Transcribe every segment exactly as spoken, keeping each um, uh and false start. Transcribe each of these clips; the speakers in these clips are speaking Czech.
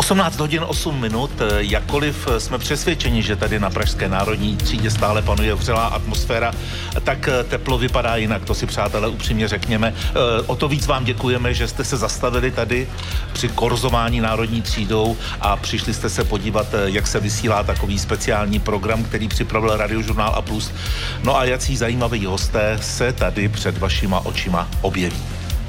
osmnáct hodin osm minut, jakkoliv jsme přesvědčeni, že tady na pražské národní třídě stále panuje vřelá atmosféra, tak teplo vypadá jinak, to si přátelé upřímně řekněme. O to víc vám děkujeme, že jste se zastavili tady při korzování národní třídou a přišli jste se podívat, jak se vysílá takový speciální program, který připravil Radiožurnál A plus. No a jací zajímaví hosté se tady před vašima očima objeví.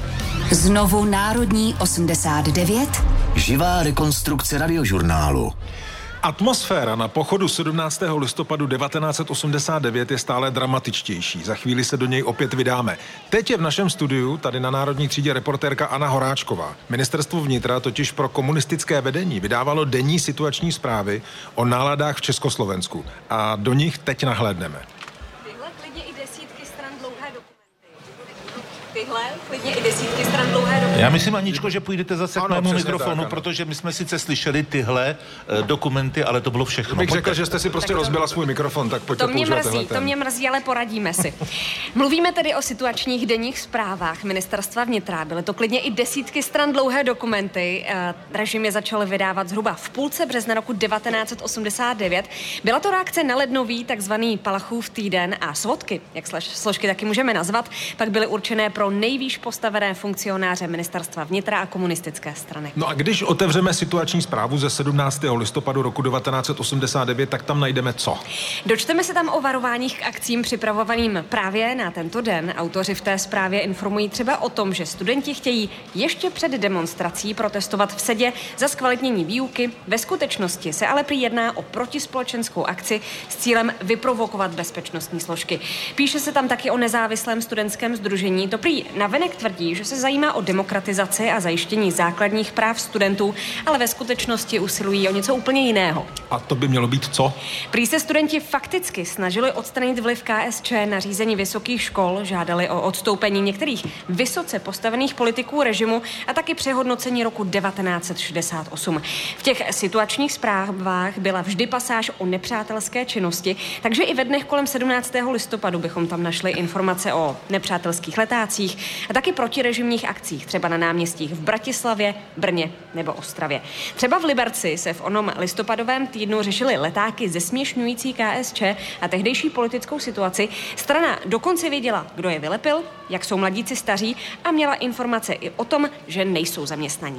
Znovu Národní osmdesát devět. Živá rekonstrukce Radiožurnálu. Atmosféra na pochodu sedmnáctého listopadu devatenáct set osmdesát devět je stále dramatičtější. Za chvíli se do něj opět vydáme. Teď je v našem studiu, tady na Národní třídě, reportérka Anna Horáčková. Ministerstvo vnitra totiž pro komunistické vedení vydávalo denní situační zprávy o náladách v Československu. A do nich teď nahlédneme. Tyhle klidně i desítky stran dlouhé dokumenty. Tyhle klidně i desítky stran dlouhé dokumenty. Já myslím, Aničko, že půjdete zase ano, k mému mikrofonu, tak, protože my jsme sice slyšeli tyhle uh, dokumenty, ale to bylo všechno. Bych Pojďte. řekl, že jste si prostě rozbila svůj mikrofon, tak pojďte To mě používat mrzí, to mě mrzí, ale poradíme si. Mluvíme tedy o situačních denních zprávách Ministerstva vnitra. Byly to klidně i desítky stran dlouhé dokumenty. Režim je začal vydávat zhruba v půlce března roku devatenáct set osmdesát devět. Byla to reakce na lednový takzvaný Palachův týden a svodky, jak složky taky můžeme nazvat, pak byly určené pro nejvýš postavené funkcionáře Ministerstva vnitra a komunistické strany. No a když otevřeme situační zprávu ze sedmnáctého listopadu roku devatenáct set osmdesát devět, tak tam najdeme co? Dočteme se tam o varováních k akcím připravovaným právě na tento den. Autoři v té zprávě informují třeba o tom, že studenti chtějí ještě před demonstrací protestovat v sedě za zkvalitnění výuky. Ve skutečnosti se ale prý jedná o protispolečenskou akci s cílem vyprovokovat bezpečnostní složky. Píše se tam taky o nezávislém studentském sdružení. To prý navenek tvrdí, že se zajímá o demokratizaci a zajištění základních práv studentů, ale ve skutečnosti usilují o něco úplně jiného. A to by mělo být co? Prý se studenti fakticky snažili odstranit vliv K S Č na řízení vysokých škol, žádali o odstoupení některých vysoce postavených politiků režimu a taky přehodnocení roku devatenáct set šedesát osm. V těch situačních zprávách byla vždy pasáž o nepřátelské činnosti, takže i ve dnech kolem sedmnáctého listopadu bychom tam našli informace o nepřátelských letácích a taky protirežimních akcích, třeba na náměstích v Bratislavě, Brně nebo Ostravě. Třeba v Liberci se v onom listopadovém týdnu řešily letáky zesměšňující K S Č a tehdejší politickou situaci. Strana dokonce věděla, kdo je vylepil, jak jsou mladíci staří a měla informace i o tom, že nejsou zaměstnaní.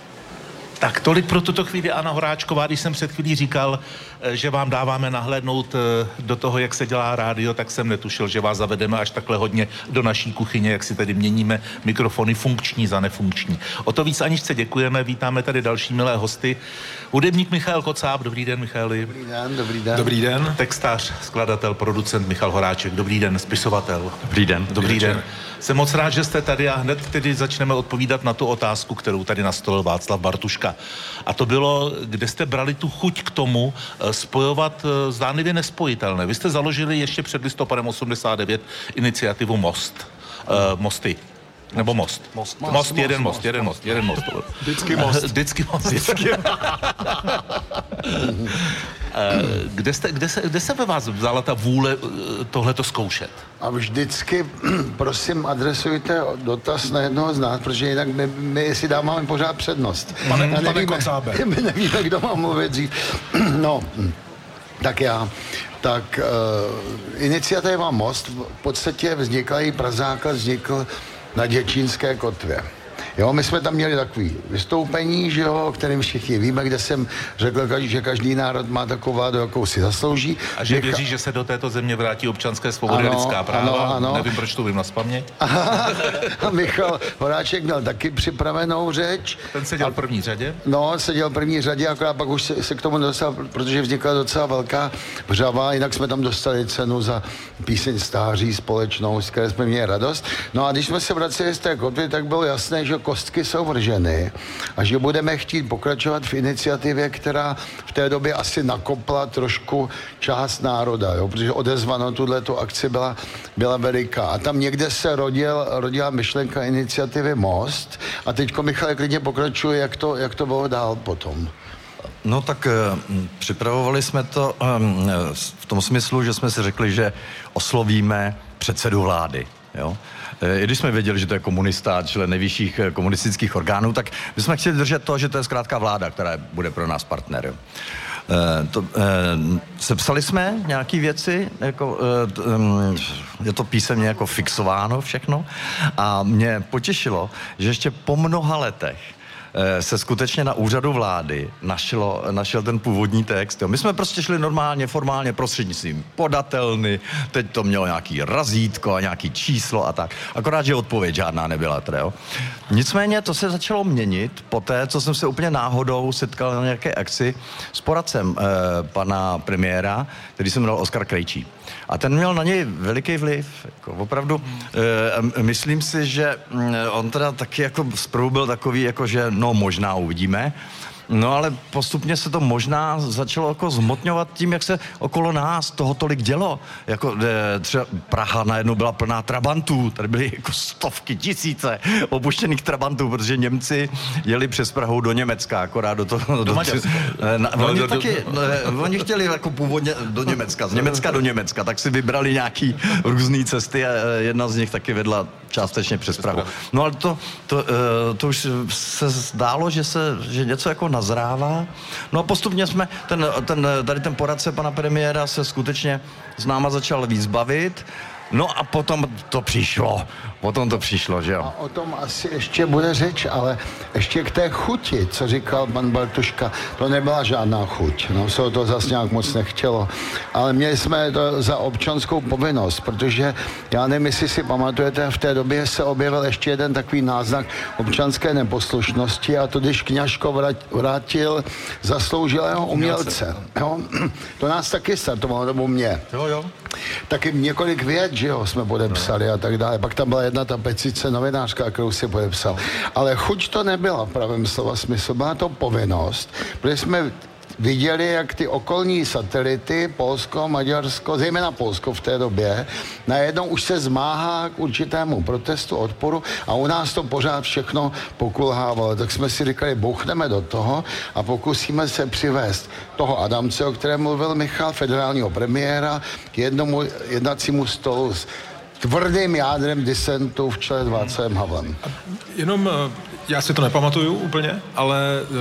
Tak tolik pro tuto chvíli Anna Horáčková. Když jsem před chvílí říkal, že vám dáváme nahlédnout do toho, jak se dělá rádio, tak jsem netušil, že vás zavedeme až takhle hodně do naší kuchyně, jak si tady měníme mikrofony funkční za nefunkční. O to víc Aničce děkujeme, vítáme tady další milé hosty. Hudebník Michal Kocáb, dobrý den, Michali. Dobrý den, dobrý den. Dobrý den. Textář, skladatel, producent Michal Horáček, dobrý den, spisovatel. Dobrý den. Dobrý den. Jsem moc rád, že jste tady a hned tedy začneme odpovídat na tu otázku, kterou tady nastolil Václav Bartuška. A to bylo, kde jste brali tu chuť k tomu spojovat zdánlivě nespojitelné. Vy jste založili ještě před listopadem osmdesát devět iniciativu Most. Uh, mosty. Nebo most. Most, most, most, jeden most, most, jeden most, jeden most. Vždycky most. Vždycky most. Vždycky. kde, jste, kde, se, kde se ve vás vzala ta vůle tohleto zkoušet? A vždycky, prosím, adresujte dotaz na jednoho z nás, protože jinak my, my si dáváme pořád přednost. Pane, nevíme, pane Kocábe. My nevíme, kdo má mluvit dřív. No, tak já. Tak uh, iniciativa Most v podstatě vznikla, její prazáklad vznikl na Děčínské kotvě. Jo, my jsme tam měli takový vystoupení, že jo, o kterým všichni víme, kde jsem řekl, že každý národ má takovou vládu, jakou si zaslouží. A že Vycha... věří, že se do této země vrátí občanské svobody a lidská práva. Ano, ano. Nevím, proč to vím nazpaměť. A Michal Horáček měl taky připravenou řeč. Ten seděl v první řadě? No, seděl v první řadě, akorát pak už se, se k tomu dostal, protože vznikla docela velká vřava, jinak jsme tam dostali cenu za píseň Stáří společnou, z které jsme měli radost. No a když jsme se vraceli z té kotvy, tak bylo jasné, že kostky jsou vrženy a že budeme chtít pokračovat v iniciativě, která v té době asi nakopla trošku část národa, jo, protože odezva na tuhletu akci byla, byla veliká. A tam někde se rodil, rodila myšlenka iniciativy Most a teďko Michal klidně pokračuje, jak to, jak to bylo dál potom. No tak uh, připravovali jsme to um, v tom smyslu, že jsme si řekli, že oslovíme předsedu vlády. Jo? i když jsme věděli, že to je komunista, člen nejvyšších komunistických orgánů, tak my jsme chtěli držet to, že to je zkrátka vláda, která bude pro nás partner. Uh, to, uh, sepsali jsme nějaký věci, jako, uh, um, je to písemně jako fixováno všechno a mě potěšilo, že ještě po mnoha letech se skutečně na úřadu vlády našlo, našel ten původní text. Jo. My jsme prostě šli normálně, formálně prostřednictvím podatelny, teď to mělo nějaký razítko a nějaký číslo a tak. Akorát, že odpověď žádná nebyla. Teda, jo. Nicméně to se začalo měnit poté, co jsem se úplně náhodou setkal na nějaké akci s poradcem eh, pana premiéra, který se jmenoval Oskar Krejčí. A ten měl na něj veliký vliv. Jako opravdu, e, myslím si, že on teda taky jako zprvu byl takový, jako že no možná uvidíme. No ale postupně se to možná začalo jako zmotňovat tím, jak se okolo nás toho tolik dělo. Jako e, třeba Praha najednou byla plná trabantů, tady byly jako stovky, tisíce opuštěných trabantů, protože Němci jeli přes Prahu do Německa, akorát do toho... Do, do Maďarska. No, oni taky, no, oni chtěli jako původně do Německa, z Německa do Německa, tak si vybrali nějaký různé cesty a jedna z nich taky vedla částečně přes Prahu. No ale to, to, to už se zdálo, že se že něco jako nazrává. No a postupně jsme, ten, ten, tady ten poradce pana premiéra se skutečně s náma začal víc bavit. No a potom to přišlo. Potom to přišlo, že jo? A o tom asi ještě bude řeč, ale ještě k té chuti, co říkal pan Bartuška, to nebyla žádná chuť. No, se o to zase nějak moc nechtělo. Ale měli jsme to za občanskou povinnost, protože já nevím, jestli si pamatujete, v té době se objevil ještě jeden takový náznak občanské neposlušnosti a to, když Kňažko vrátil zasloužilého umělce. Jo? To nás taky startovalo, nebo mě. Jo, jo. Taky několik vět, že jo, jsme podepsali a tak dále. Pak tam byla jedna ta petice novinářka, kterou si podepsal. Ale chuť to nebyla v pravém slova smyslu, byla to povinnost, protože jsme viděli, jak ty okolní satelity, Polsko, Maďarsko, zejména Polsko v té době, najednou už se zmáhá k určitému protestu, odporu a u nás to pořád všechno pokulhávalo. Tak jsme si říkali, bouchneme do toho a pokusíme se přivést toho Adamce, o kterém mluvil Michal, federálního premiéra, k jednomu jednacímu stolu s tvrdým jádrem disentu v čele s Václavem Havlem. Jenom, já si to nepamatuju úplně, ale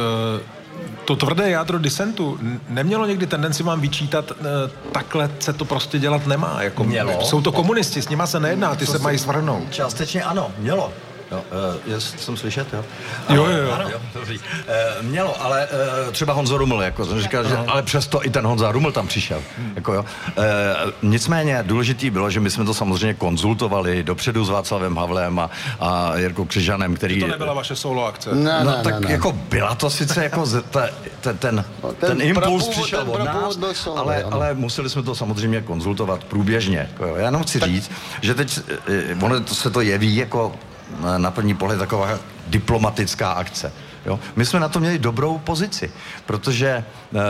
to tvrdé jádro disentu nemělo někdy tendenci vám vyčítat, takhle se to prostě dělat nemá. Jako, mělo. Jsou to komunisti, s nima se nejedná, ty se mají svrhnout. Částečně ano, mělo. Jo, uh, jsem slyšet, jo? Jo, jo, jo. Ano, jo, dobrý. Uh, mělo, ale uh, třeba Honzo Ruml, jako jsem říkal, že, ale přesto i ten Honza Ruml tam přišel, hmm. jako jo. Uh, nicméně důležitý bylo, že my jsme to samozřejmě konzultovali dopředu s Václavem Havlem a, a Jirkou Křižanem, který... To nebyla vaše solo akce. Ne, no ne, tak ne, ne. jako byla to sice jako z, ta, ten, ten, ten, ten impuls přišel od nás, solo, ale, ale museli jsme to samozřejmě konzultovat průběžně. Jako jo. Já jenom chci tak... říct, že teď ono to se to jeví jako na první pohled taková diplomatická akce. Jo? My jsme na to měli dobrou pozici, protože e,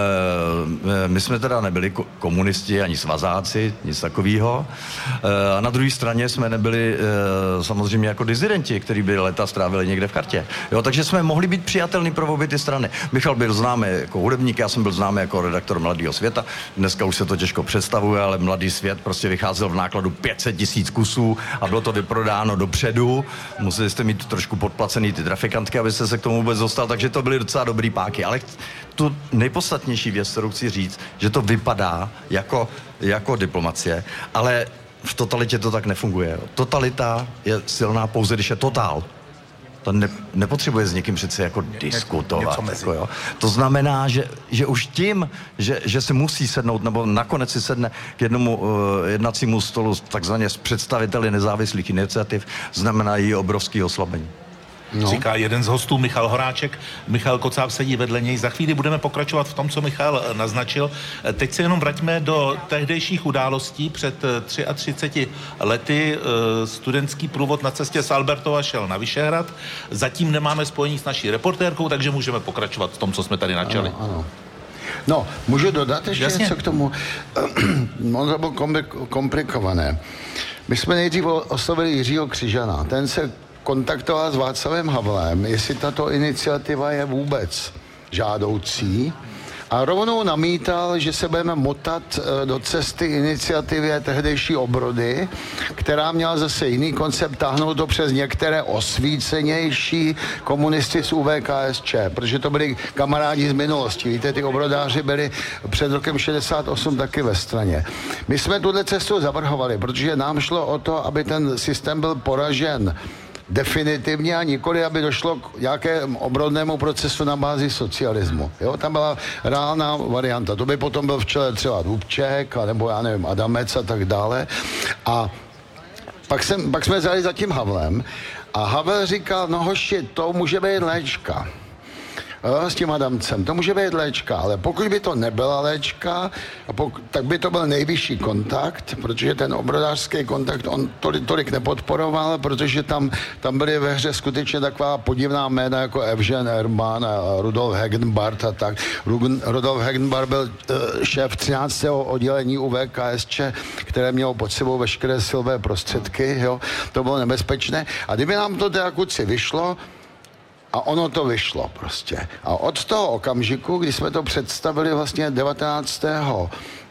my jsme teda nebyli komunisti ani svazáci, nic takového. E, a na druhé straně jsme nebyli e, samozřejmě jako dizidenti, kteří by leta strávili někde v kartě. Jo? Takže jsme mohli být přijatelní pro obě ty strany. Michal byl známý jako hudebník, já jsem byl známý jako redaktor Mladého světa. Dneska už se to těžko představuje, ale Mladý svět prostě vycházel v nákladu pět set tisíc kusů a bylo to vyprodáno dopředu. Museli jste mít trošku podplacený ty trafikantky, abyste se k tomu vůbec dostal, takže to byly docela dobrý páky. Ale tu nejpodstatnější věc, kterou chci říct, že to vypadá jako, jako diplomacie, ale v totalitě to tak nefunguje. Totalita je silná pouze, když je totál. To ne, nepotřebuje s někým přece jako diskutovat. Jako, jo. To znamená, že, že už tím, že, že se musí sednout, nebo nakonec si sedne k jednomu uh, jednacímu stolu takzvaně s představiteli nezávislých iniciativ, znamená i obrovský oslabení. No. Říká jeden z hostů, Michal Horáček. Michal Kocáb sedí vedle něj. Za chvíli budeme pokračovat v tom, co Michal naznačil. Teď se jenom vraťme do tehdejších událostí. Před třiatřiceti lety studentský průvod na cestě z Albertova šel na Vyšehrad. Zatím nemáme spojení s naší reportérkou, takže můžeme pokračovat v tom, co jsme tady načali. Ano, ano. No, můžu dodat ještě Jasně. něco k tomu? Ono to bylo komplikované. My jsme nejdřív oslovili Jiřího Křižana. Ten se kontaktoval s Václavem Havlem, jestli tato iniciativa je vůbec žádoucí a rovnou namítal, že se budeme motat do cesty iniciativě tehdejší Obrody, která měla zase jiný koncept, táhnout to přes některé osvícenější komunisty z U V K S Č, protože to byli kamarádi z minulosti. Víte, ty obrodáři byli před rokem šedesát osm taky ve straně. My jsme tuhle cestu zavrhovali, protože nám šlo o to, aby ten systém byl poražen definitivně a nikoli, aby došlo k nějakému obrodnému procesu na bázi socialismu. Jo, tam byla reálná varianta. To by potom byl v čele třeba Dubček, nebo já nevím, Adamec a tak dále. A pak, jsem, pak jsme zali za tím Havlem a Havel říkal, no hoši, to může být léčka. S tím Adamcem. To může být léčka, ale pokud by to nebyla léčka, tak by to byl nejvyšší kontakt, protože ten obrodářský kontakt on tolik, tolik nepodporoval, protože tam, tam byly ve hře skutečně taková podivná jména jako Evžen Erman a Rudolf Hegenbart a tak. Rudolf Hegenbart byl šéf třináctého oddělení U V K S Č, které mělo pod sebou veškeré silové prostředky, jo. To bylo nebezpečné. A kdyby nám to teda kuci vyšlo, a ono to vyšlo prostě. A od toho okamžiku, kdy jsme to představili vlastně devatenáctého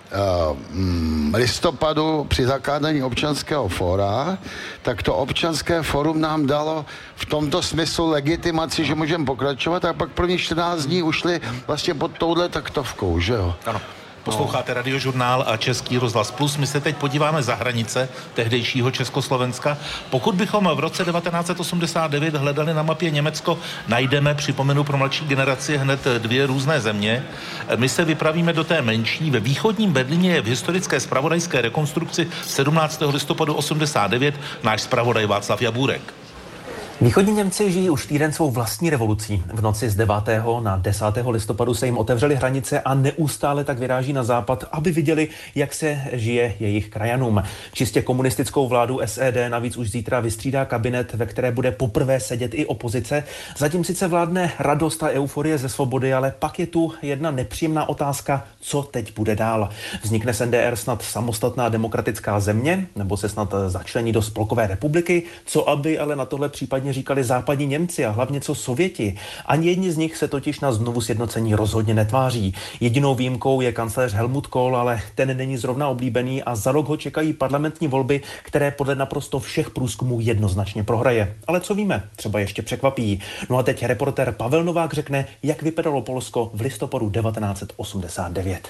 listopadu při zakládání občanského fóra, tak to občanské fórum nám dalo v tomto smyslu legitimaci, že můžeme pokračovat, a pak první čtrnáct dní ušli vlastně pod touhle taktovkou, že jo? Ano. Posloucháte Radiožurnál a Český rozhlas Plus. My se teď podíváme za hranice tehdejšího Československa. Pokud bychom v roce devatenáct set osmdesát devět hledali na mapě Německo, najdeme, připomenu pro mladší generaci, hned dvě různé země. My se vypravíme do té menší. Ve východním Berlíně je v historické zpravodajské rekonstrukci sedmnáctého listopadu osmdesát devět náš zpravodaj Václav Jabůrek. Východní Němci žijí už týden svou vlastní revolucí. V noci z devátého na desátého listopadu se jim otevřely hranice a neustále tak vyráží na západ, aby viděli, jak se žije jejich krajanům. Čistě komunistickou vládu S E D navíc už zítra vystřídá kabinet, ve které bude poprvé sedět i opozice. Zatím sice vládne radost a euforie ze svobody, ale pak je tu jedna nepříjemná otázka, co teď bude dál. Vznikne z N D R snad samostatná demokratická země, nebo se snad začlení do Spolkové republiky, co aby ale na tohle případně říkali západní Němci a hlavně co Sověti. Ani jedni z nich se totiž na znovu sjednocení rozhodně netváří. Jedinou výjimkou je kancléř Helmut Kohl, ale ten není zrovna oblíbený a za rok ho čekají parlamentní volby, které podle naprosto všech průzkumů jednoznačně prohraje. Ale co víme, třeba ještě překvapí. No a teď reportér Pavel Novák řekne, jak vypadalo Polsko v listopadu devatenáct set osmdesát devět.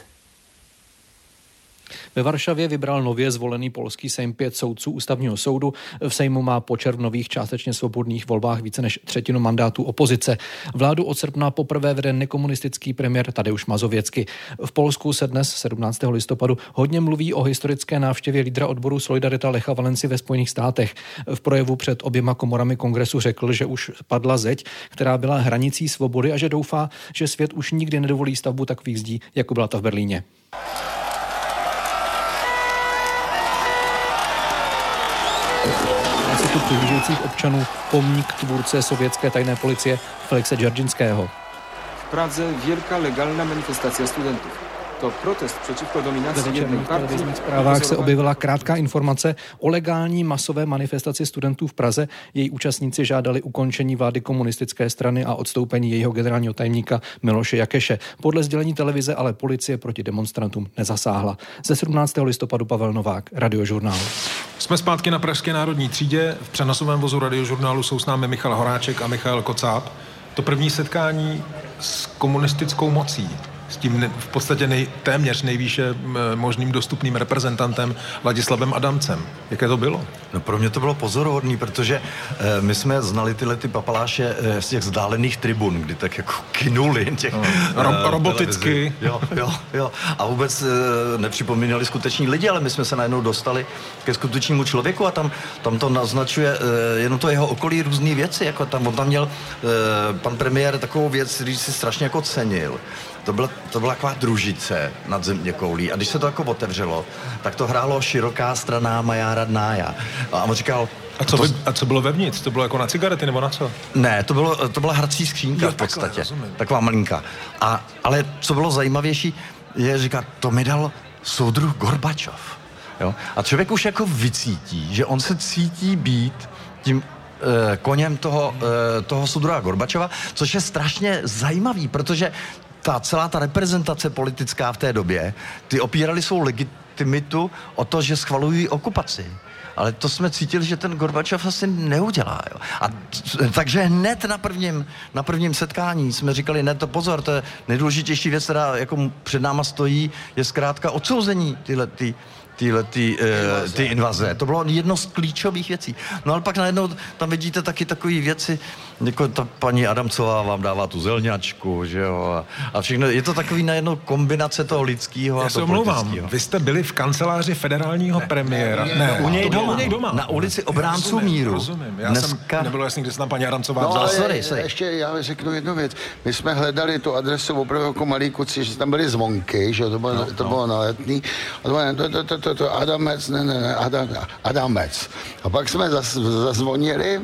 Ve Varšavě vybral nově zvolený polský sejm pět soudců ústavního soudu. V sejmu má po červnových částečně svobodných volbách více než třetinu mandátů opozice. Vládu od srpna poprvé vede nekomunistický premiér Tadeusz Mazověcky. V Polsku se dnes sedmnáctého listopadu hodně mluví o historické návštěvě lídra odboru Solidarita Lecha Valency ve Spojených státech. V projevu před oběma komorami kongresu řekl, že už padla zeď, která byla hranicí svobody, a že doufá, že svět už nikdy nedovolí stavbu takových zdí, jako byla ta v Berlíně. Tu přihlížejících občanů pomník tvůrce sovětské tajné policie Felixe Dzerzhinského. V Pradze wielka legalna manifestacja studentů. To protest przeciwko dominacji jednej partii. V televizních zprávách se objevila krátká informace o legální masové manifestaci studentů v Praze. Její účastníci žádali ukončení vlády komunistické strany a odstoupení jejího generálního tajemníka Miloše Jakeše. Podle sdělení televize ale policie proti demonstrantům nezasáhla. Ze sedmnáctého listopadu Pavel Novák, Radiožurnál. Jsme zpátky na Pražské národní třídě. V přenosovém vozu Radiožurnálu jsou s námi Michal Horáček a Michael Kocáb. To první setkání s komunistickou mocí, s tím v podstatě nej, téměř nejvýše možným dostupným reprezentantem Ladislavem Adamcem. Jaké to bylo? No pro mě to bylo pozoruhodný, protože e, my jsme znali tyhle ty papaláše e, z těch vzdálených tribun, kdy tak jako kynuli těch... No, ro- roboticky. Jo, jo, jo. A vůbec e, nepřipomínali skuteční lidi, ale my jsme se najednou dostali ke skutečnímu člověku a tam, tam to naznačuje e, jenom to jeho okolí různý věci, jako tam on tam měl e, pan premiér takovou věc, který si strašně jako cenil. To byla, to byla taková družice nad zeměkoulí a když se to jako otevřelo, tak to hrálo Široká strana Maja radnája. A on říkal... A co, to, by, a co bylo vevnitř? To bylo jako na cigarety nebo na co? Ne, to, bylo, to byla hrací skřínka jo, v podstatě. Takhle, taková malinká. A, ale co bylo zajímavější, je říkat, to mi dal soudruh Gorbačov. Jo? A člověk už jako vycítí, že on se cítí být tím koněm toho, toho soudruha Gorbačova, což je strašně zajímavý, protože ta celá ta reprezentace politická v té době, ty opírali svou legitimitu o to, že schvalují okupaci. Ale to jsme cítili, že ten Gorbačov asi neudělá. Jo. A t- takže hned na prvním, na prvním setkání jsme říkali, ne, to pozor, to je nejdůležitější věc, která jako před náma stojí, je zkrátka odsouzení tyhle ty tyhle ty, uh, ty invaze. To bylo jedno z klíčových věcí. No ale pak najednou tam vidíte taky takové věci, jako ta paní Adamcová vám dává tu zelňačku, že jo, a, a všechno. Je to takový najednou kombinace toho lidského a toho politického. Vy jste byli v kanceláři federálního ne, premiéra. Ne, ne, u něj doma, u něj doma. Na ulici Obránců rozumím, míru. Rozumím. Já Dneska... jsem nebylo jasný, kde se tam paní Adamcová no, vzala. Sorry, sorry. Ještě já řeknu jednu věc. My jsme hledali tu adresu opravdu jako malí kuci, že tam byly zvonky, že to bylo, no, to no. bylo na Letný. A to bylo to, to, to, to, to Adamec, ne, ne, ne, Adam, Adamec. A pak jsme zaz, zazvonili,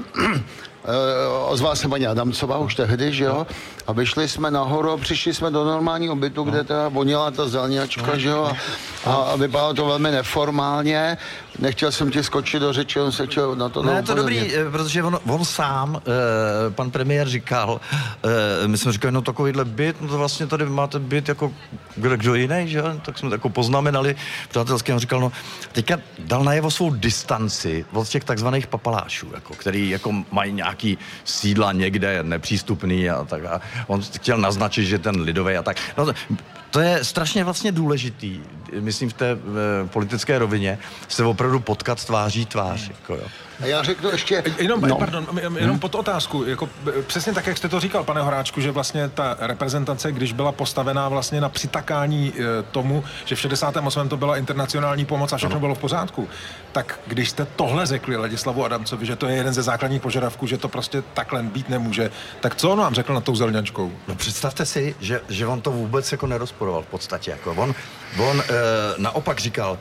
ozvala se paní Adamcová už tehdy, že jo, a vyšli jsme nahoru a přišli jsme do normálního bytu, kde teda vonila ta zelňačka, že jo, a, a vypadalo to velmi neformálně. Nechtěl jsem ti skočit do řeči, on se chtěl na to... Ne, to dobrý, protože on, on sám, eh, pan premiér říkal, eh, my jsme říkali, no takovýhle byt, no to vlastně tady máte byt jako kdo, kdo jiný, že? Tak jsme jako poznamenali přátelský, on říkal, no teďka dal najevo svou distanci od těch takzvaných papalášů, jako, který jako mají nějaký sídla někde nepřístupný a tak. A on chtěl naznačit, že ten lidový a tak. No, to je strašně vlastně důležitý, myslím v té v politické rovině, se opravdu potkat tváří tvář. Hmm. Jako, jo. A já řeknu ještě... Jenom, no. pardon, jenom hmm. pod otázku, jako přesně tak, jak jste to říkal, pane Horáčku, že vlastně ta reprezentace, když byla postavená vlastně na přitakání e, tomu, že v šedesátém osmém to byla internacionální pomoc a všechno ano. bylo v pořádku, tak když jste tohle řekli Ladislavu Adamcovi, že to je jeden ze základních požadavků, že to prostě takhle být nemůže, tak co on vám řekl nad tou zelňačkou? No představte si, že, že on to vůbec jako nerozporoval v podstatě. Jako. On, on e, naopak říkal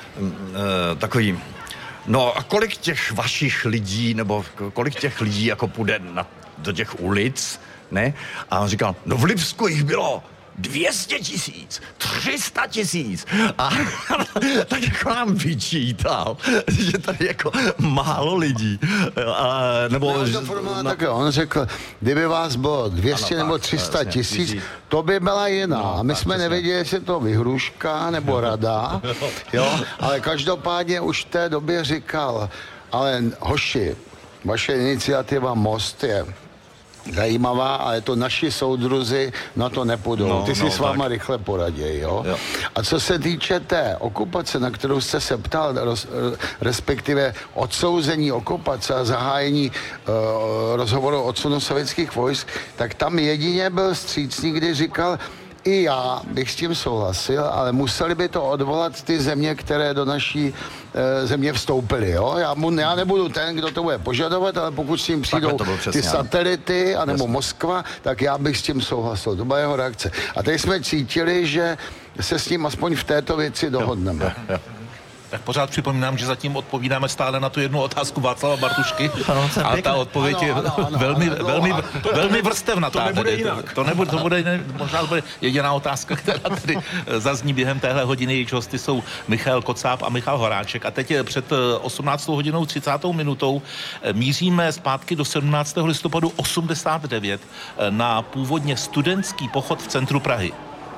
e, takový, no a kolik těch vašich lidí, nebo kolik těch lidí jako půjde na, do těch ulic, ne? A on říkal, no v Lipsku jich bylo dvě stě tisíc, tři sta tisíc. A tak jako nám vyčítal, že tady jako málo lidí. A, nebo... No, formula, no, tak on řekl, kdyby vás bylo dvě stě ano, nebo tři sta tisíc, to by byla jiná. No, a my tak, jsme přesně. nevěděli, jestli to vyhruška nebo rada. Jo? Ale každopádně už v té době říkal, ale hoši, vaše iniciativa Most je zajímavá, ale to naši soudruzi na to nepůjdou. No, Ty si no, s váma tak. rychle poraděj, jo? jo? A co se týče té okupace, na kterou jste se ptal, roz, respektive odsouzení okupace a zahájení uh, rozhovoru o odsunu sovětských vojsk, tak tam jedině byl vstřícný, kdy říkal, i já bych s tím souhlasil, ale museli by to odvolat ty země, které do naší e, země vstoupily. Jo? Já, mu, já nebudu ten, kdo to bude požadovat, ale pokud s tím přijdou ty satelity, anebo Jasně. Moskva, tak já bych s tím souhlasil. To byla jeho reakce. A teď jsme cítili, že se s ním aspoň v této věci dohodneme. Jo, jo, jo. Tak pořád připomínám, že zatím odpovídáme stále na tu jednu otázku Václava Bartušky a ta odpověď je velmi, velmi, velmi vrstevnatá. To nebude jinak. To nebude, to bude, možná to bude jediná otázka, která tady zazní během téhle hodiny. Jejich hosty jsou Michal Kocáb a Michal Horáček. A teď před osmnáctou hodinou třicátou minutou míříme zpátky do sedmnáctého listopadu osmdesát devět na původně studentský pochod v centru Prahy.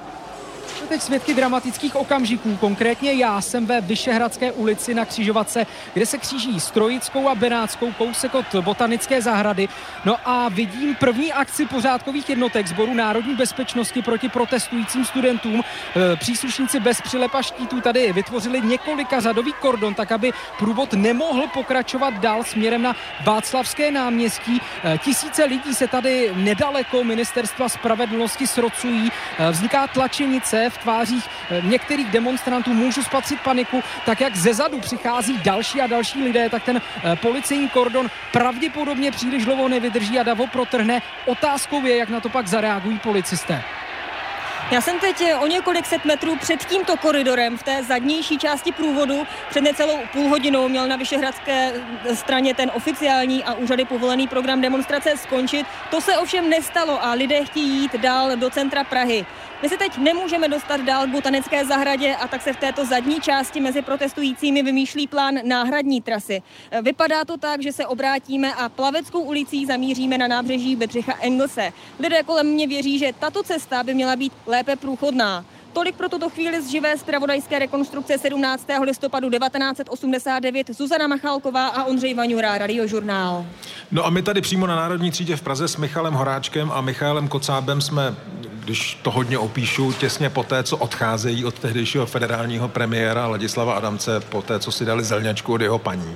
Teď svědky dramatických okamžiků. Konkrétně já jsem ve Vyšehradské ulici na křižovatce, kde se kříží s Trojickou a Benátskou, kousek od Botanické zahrady. No a vidím první akci pořádkových jednotek Sboru národní bezpečnosti proti protestujícím studentům. Příslušníci bez přilep a štítů tady vytvořili několika řadový kordon, tak aby průvod nemohl pokračovat dál směrem na Václavské náměstí. Tisíce lidí se tady nedaleko Ministerstva spravedlnosti srocují. Vzniká tlačenice v tvářích některých demonstrantů, můžu spatřit paniku, tak jak zezadu přichází další a další lidé, tak ten policejní kordon pravděpodobně příliš dlouho nevydrží a Davo protrhne. Otázkou je, jak na to pak zareagují policisté. Já jsem teď o několik set metrů před tímto koridorem v té zadnější části průvodu. Před necelou půl hodinou měl na vyšehradské straně ten oficiální a úřady povolený program demonstrace skončit. To se ovšem nestalo a lidé chtějí jít dál do centra Prahy. My se teď nemůžeme dostat dál k Botanické zahradě a tak se v této zadní části mezi protestujícími vymýšlí plán náhradní trasy. Vypadá to tak, že se obrátíme a Plaveckou ulicí zamíříme na nábřeží Bedřicha Engelse. Lidé kolem mě věří, že tato cesta by měla být lépe průchodná. Tolik pro tuto chvíli z živé zpravodajské rekonstrukce sedmnáctého listopadu devatenáct osmdesát devět. Zuzana Machálková a Ondřej Vaňura, Radiožurnál. No a my tady přímo na Národní třídě v Praze s Michalem Horáčkem a Michaelem Kocábem jsme, když to hodně opíšu, těsně po té, co odcházejí od tehdejšího federálního premiéra Ladislava Adamce, po té, co si dali zelňačku od jeho paní.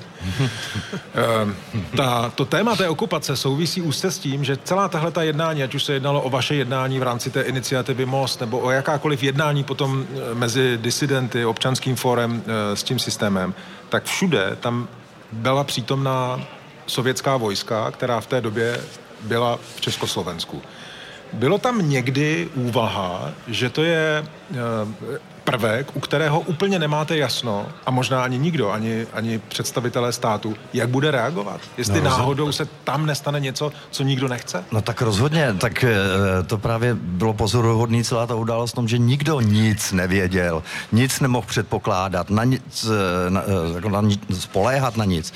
e, ta, to téma té okupace souvisí úzce s tím, že celá tahleta jednání, ať už se jednalo o vaše jednání v rámci té iniciativy Most, nebo o jakákoliv jednání potom mezi disidenty, občanským fórem e, s tím systémem, tak všude tam byla přítomná sovětská vojska, která v té době byla v Československu. Bylo tam někdy úvaha, že to je e, prvek, u kterého úplně nemáte jasno, a možná ani nikdo, ani, ani představitelé státu, jak bude reagovat? Jestli no, náhodou se tam nestane něco, co nikdo nechce? No tak rozhodně, tak to právě bylo pozoruhodný celá ta událost v tom, že nikdo nic nevěděl, nic nemohl předpokládat, na nic, na, na nic, spoléhat na nic.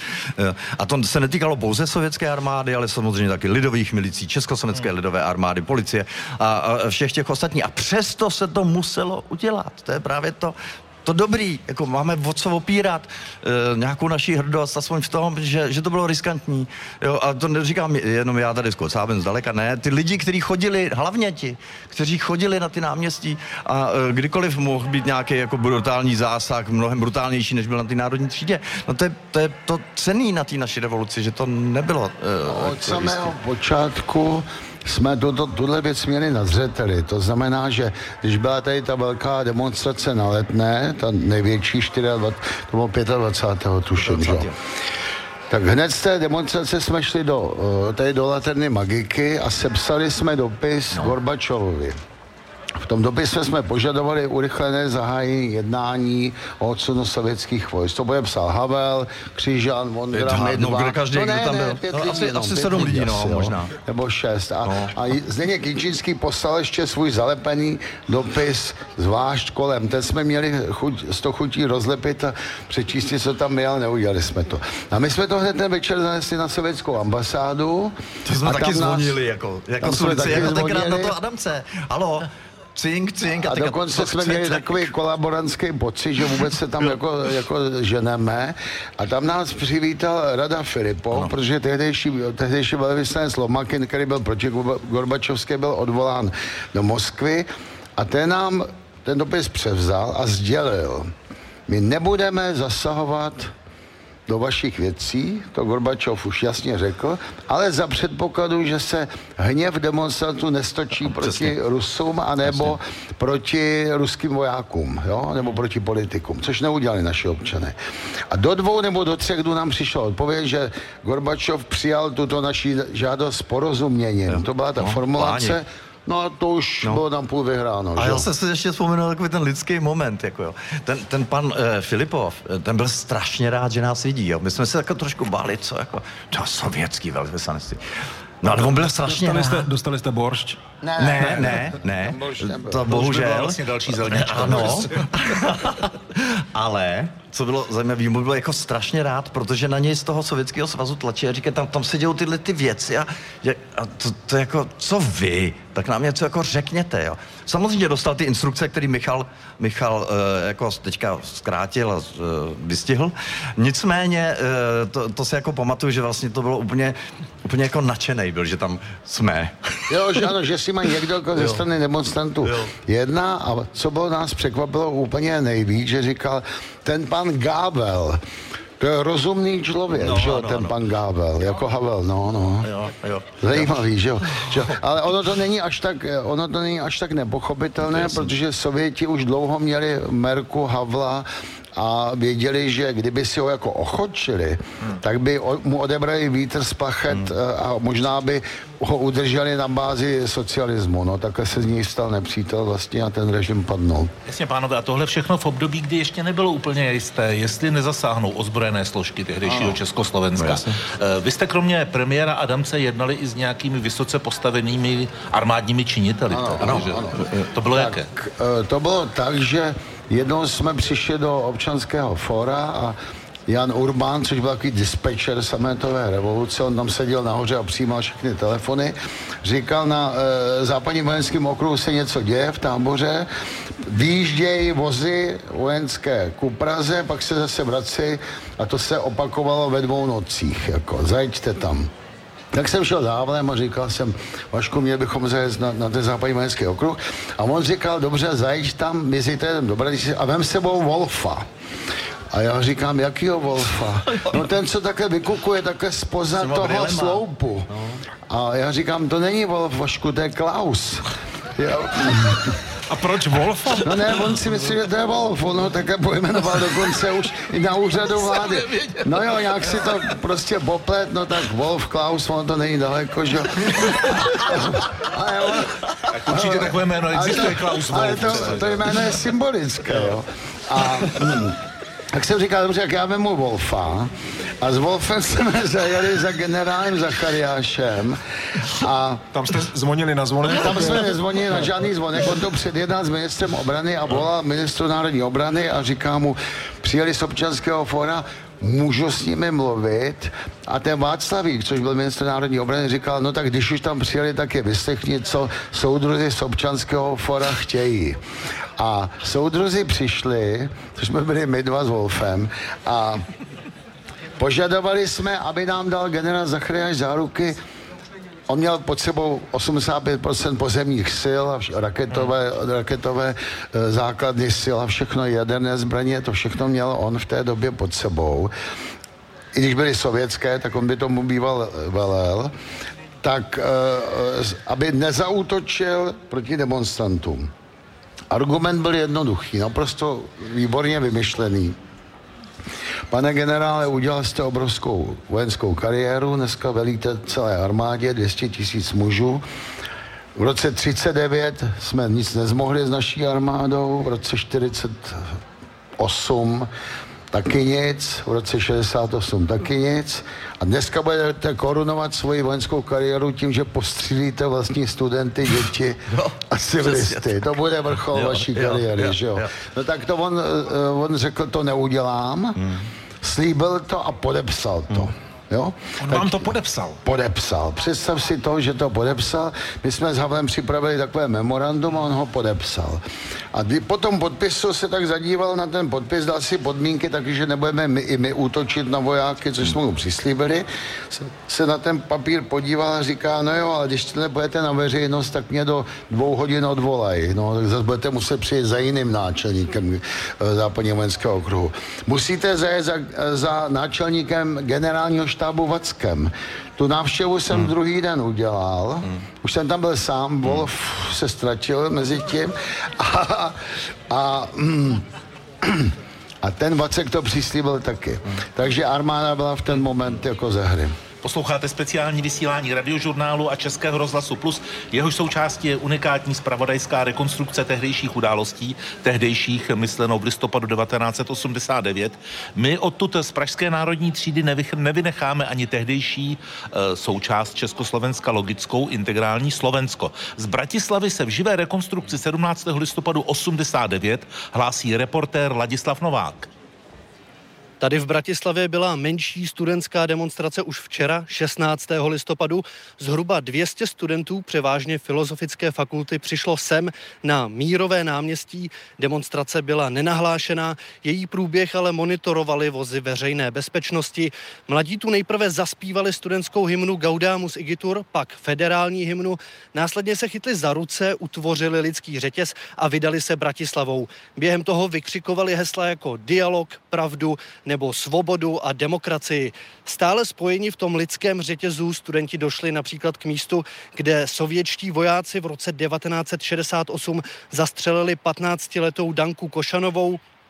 A to se netýkalo pouze sovětské armády, ale samozřejmě taky lidových milicí, československé hmm. lidové armády, policie a, a všech těch ostatních. A přesto se to muselo udělat. To je právě to, to dobrý, jako máme o co opírat e, nějakou naší hrdost, aspoň v tom, že, že to bylo riskantní. Jo, a to neříkám jenom já tady s Kocábem zdaleka, ne. Ty lidi, kteří chodili, hlavně ti, kteří chodili na ty náměstí a e, kdykoliv mohl být nějaký jako brutální zásah, mnohem brutálnější, než byl na té Národní třídě. No to je to, je to cenný na té naší revoluci, že to nebylo. E, Od samého počátku jsme tuto, tuhle věc měli na zřeteli. To znamená, že když byla tady ta velká demonstrace na Letné, ta největší dvacátého čtvrtého to bylo dvacátého pátého tuším, že? Tak hned z té demonstrace jsme šli do, tady do Laterny Magiky a sepsali jsme dopis no. Gorbačovovi. V tom dopise jsme požadovali urychlené zahájení jednání o odsunu sovětských vojsk. To podepsal Havel, Křižan, Vondra, Medva. No, každý, no, ne, kdo tam byl. Ne, pět no, lidí, asi, jenom, asi pět sedm lidí, lidí no, asi, možná. Nebo šest. A, no. a Zdeněk Kinčínský poslal ještě svůj zalepený dopis zvlášť kolem. Ten jsme měli chuť, sto chutí rozlepit a přečíst si, co tam měl, neudělali jsme to. A my jsme to hned ten večer zanesli na sovětskou ambasádu. To jsme a taky nás, zvonili, jako, jako sulici, jako tenkrát na to Adamce. Halo. Cink, cink. A, a dokonce jsme měli takový kolaborantský pocit, že vůbec se tam jako, jako ženeme. A tam nás přivítal Rada Filipov, ano. protože tehdejší, tehdejší velvyslanec Lomakin, který byl proti Gorbačovské, byl odvolán do Moskvy. A ten nám ten dopis převzal a sdělil, my nebudeme zasahovat do vašich věcí, to Gorbačov už jasně řekl, ale za předpokladu, že se hněv demonstrantů nestočí no, proti přesně. Rusům anebo přesně. proti ruským vojákům, jo? nebo proti politikům, což neudělali naši občané. A do dvou nebo do třech dnů nám přišla odpověď, že Gorbačov přijal tuto naši žádost s porozuměním. Jo. To byla ta no, formulace. Páni. No a to už no. bylo tam půl vyhráno. A že? já jsem si ještě vzpomenul takový ten lidský moment, jako jo. Ten, ten pan eh, Filipov, ten byl strašně rád, že nás vidí, jo. My jsme se jako trošku báli, co jako, to sovětský velvyslanectví. No ale on byl strašně dostali rád. Jste, dostali jste boršť? Ne, ne, ne, ne. ne. To bohužel. Vlastně další zelněčka. Ano. Ale co bylo zajímavé, mu byl jako strašně rád, protože na něj z toho Sovětského svazu tlačí a říká, tam, tam se dějou tyhle ty věci a, a to, to jako, co vy? Tak nám něco jako řekněte, jo. Samozřejmě dostal ty instrukce, který Michal, Michal uh, jako teďka zkrátil a uh, vystihl. Nicméně uh, to, to si jako pamatuju, že vlastně to bylo úplně, úplně jako nadšenej byl, že tam jsme. Jo, že ano, že si mají někdo jako ze strany demonstrantů jedna a co bylo nás překvapilo úplně nejvíc, že říkal, ten pan Gábel, to je rozumný člověk, no, že jo, no, ten no. pan Gábel, jako Havel, no, no. Jo, jo. Zajímavý, že jo. Že, ale ono to není až tak, ono to není až tak nepochopitelné, protože Sověti už dlouho měli Merku, Havla a věděli, že kdyby si ho jako ochočili, hmm. tak by mu odebrali vítr z plachet hmm. a možná by ho udrželi na bázi socialismu. No takhle se z něj stal nepřítel vlastně a ten režim padnul. Jasně, pánové, a tohle všechno v období, kdy ještě nebylo úplně jisté, jestli nezasáhnou ozbrojené složky tehdejšího Československa. No, vy jste kromě premiéra Adamce jednali i s nějakými vysoce postavenými armádními činiteli. Ano, ano, ano, ano. To bylo tak, jaké? To bylo tak, že jednou jsme přišli do občanského fóra a Jan Urbán, což byl takový dispečer sametové revoluce, on tam seděl nahoře a přijímal všechny telefony, říkal, na e, západním vojenském okruhu se něco děje v táboře, výjíždějí vozy vojenské ku Praze, pak se zase vrací a to se opakovalo ve dvou nocích, jako zajeďte tam. Tak jsem šel dávlem a říkal jsem, Vašku, měli bychom zajet na, na ten západní vojenský okruh. A on říkal, dobře, zajeď tam, my zítra jdem do Bratislava a vem s sebou Wolfa. A já říkám, jakýho Wolfa? No ten, co také vykukuje také spoza toho sloupu. A já říkám, to není Wolf, Vašku, to je Klaus. Já... A proč Wolf? No ne, on si myslí, že to je Wolf, on ho také pojmenoval dokonce už i na úřadu vlády. No jo, nějak si to prostě poplet, no tak Wolf, Klaus, on to není daleko, že? Tak určitě takové jméno existuje, Klaus Wolf. Ale to, to jméno je symbolické, jo. A... Hmm. Tak jsem říkal, dobře, jak já vemu Wolfa a s Wolfem jsme zajeli za generálem Zachariášem a... Tam jste zvonili na zvonek? Tam jsme nezvonili na žádný zvonek, on to předjednal s ministrem obrany a volal ministru národní obrany a říká mu, přijeli z občanského fóra, můžu s nimi mluvit a ten Václavík, což byl ministr národní obrany, říkal, no tak když už tam přijeli, tak je vyslechni, co soudruzi z občanského fóra chtějí. A soudruzi přišli, což jsme byli my dva s Wolfem, a požadovali jsme, aby nám dal generál Zachariáš záruky. On měl pod sebou osmdesát pět procent pozemních sil a raketové, raketové e, základny sil a všechno jaderné zbraně, to všechno měl on v té době pod sebou. I když byly sovětské, tak on by tomu býval velel, tak e, aby nezaútočil proti demonstrantům. Argument byl jednoduchý, naprosto výborně vymyšlený. Pane generále, udělal jste obrovskou vojenskou kariéru, dneska velíte celé armádě, dvě stě tisíc mužů. V roce třicet devět jsme nic nezmohli s naší armádou, v roce čtyřicet osm taky nic, v roce šedesát osm taky nic. A dneska budete korunovat svoji vojenskou kariéru tím, že postřílíte vlastní studenty, děti a civilisty. To bude vrchol jo, vaší kariéry, jo, že jo? jo? No tak to on, on řekl, to neudělám, hmm. slíbil to a podepsal to. Hmm. Jo? On tak vám to podepsal? Podepsal. Představ si to, že to podepsal. My jsme s Havlem připravili takové memorandum a on ho podepsal. A po tom podpisu se tak zadíval na ten podpis, dal si podmínky, takže nebudeme my, i my útočit na vojáky, což jsme mu přislíbili. Se, se na ten papír podíval a říká, no jo, ale když to nepojete na veřejnost, tak mě do dvou hodin odvolají. No, tak zase budete muset přijít za jiným náčelníkem západního vojenského okruhu. Musíte zajet za, za náčelníkem generálního štábu Vackem. Tu návštěvu jsem hmm. druhý den udělal. Hmm. Už jsem tam byl sám, Wolf hmm. se ztratil mezi tím. A, a, mm, a ten Vacek to přislíbil taky. Hmm. Takže armáda byla v ten moment jako ze hry. Posloucháte speciální vysílání Radiožurnálu a Českého rozhlasu Plus. Jehož součástí je unikátní zpravodajská rekonstrukce tehdejších událostí, tehdejších myslenou v listopadu devatenáct set osmdesát devět. My odtud z Pražské národní třídy nevych, nevynecháme ani tehdejší e, součást Československa logickou, integrální Slovensko. Z Bratislavy se v živé rekonstrukci sedmnáctého listopadu osmdesát devět hlásí reportér Ladislav Novák. Tady v Bratislavě byla menší studentská demonstrace už včera, šestnáctého listopadu. Zhruba dvě stě studentů, převážně Filozofické fakulty, přišlo sem na Mírové náměstí. Demonstrace byla nenahlášená, její průběh ale monitorovali vozy veřejné bezpečnosti. Mladí tu nejprve zaspívali studentskou hymnu Gaudamus Igitur, pak federální hymnu. Následně se chytli za ruce, utvořili lidský řetěz a vydali se Bratislavou. Během toho vykřikovali hesla jako dialog, pravdu nebo svobodu a demokracii. Stále spojeni v tom lidském řetězu studenti došli například k místu, kde sovětští vojáci v roce devatenáct set šedesát osm zastřelili patnáctiletou Danku Košanovou.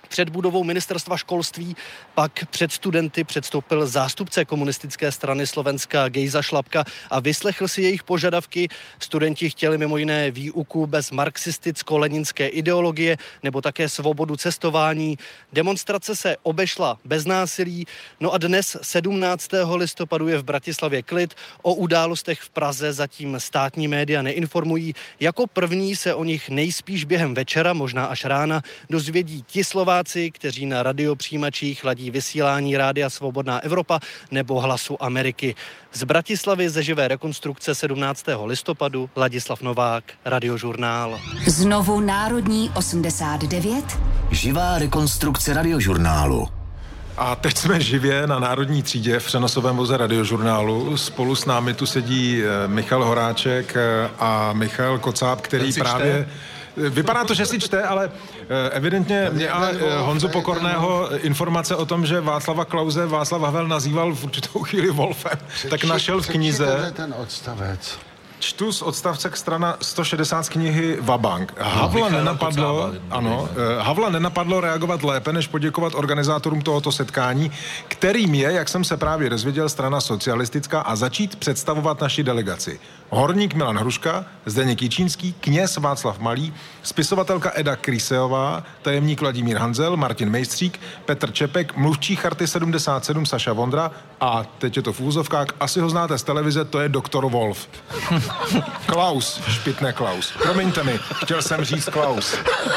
před budovou ministerstva školství pak před studenty předstoupil zástupce komunistické strany Slovenska Gejza Šlapka a vyslechl si jejich požadavky. Studenti chtěli mimo jiné výuku bez marxisticko-leninské ideologie nebo také svobodu cestování. Demonstrace se obešla bez násilí. No a dnes sedmnáctého listopadu je v Bratislavě klid. O událostech v Praze zatím státní média neinformují. Jako první se o nich nejspíš během večera, možná až rána, dozvědí ti Slováci, kteří na radiopřijímačích ladí vysílání Rádia Svobodná Evropa nebo Hlasu Ameriky. Z Bratislavy ze živé rekonstrukce sedmnáctého listopadu Ladislav Novák, Radiožurnál. Znovu Národní osmdesát devět. Živá rekonstrukce Radiožurnálu. A teď jsme živě na Národní třídě v přenosovém voze Radiožurnálu. Spolu s námi tu sedí Michal Horáček a Michal Kocáb, který právě... Vypadá to, že si čte, ale evidentně mě a Honzu Pokorného informace o tom, že Václava Klause Václav Havel nazýval v určitou chvíli Wolfem, tak našel v knize... ten odstavec. Čtu z odstavce k strana sto šedesát z knihy Vabank. Havla nenapadlo, ano, Havla nenapadlo reagovat lépe, než poděkovat organizátorům tohoto setkání, kterým je, jak jsem se právě dozvěděl, strana socialistická, a začít představovat naši delegaci. Horník Milan Hruška, Zdeněk Jičínský, kněz Václav Malý, spisovatelka Eda Kryseová, tajemník Vladimír Hanzel, Martin Mejstřík, Petr Čepek, mluvčí Charty sedmdesát sedm Saša Vondra a teď je to v úzovkách, asi ho znáte z televize, to je doktor Wolf. Klaus, špitné Klaus. Promiňte mi, chtěl jsem říct Klaus.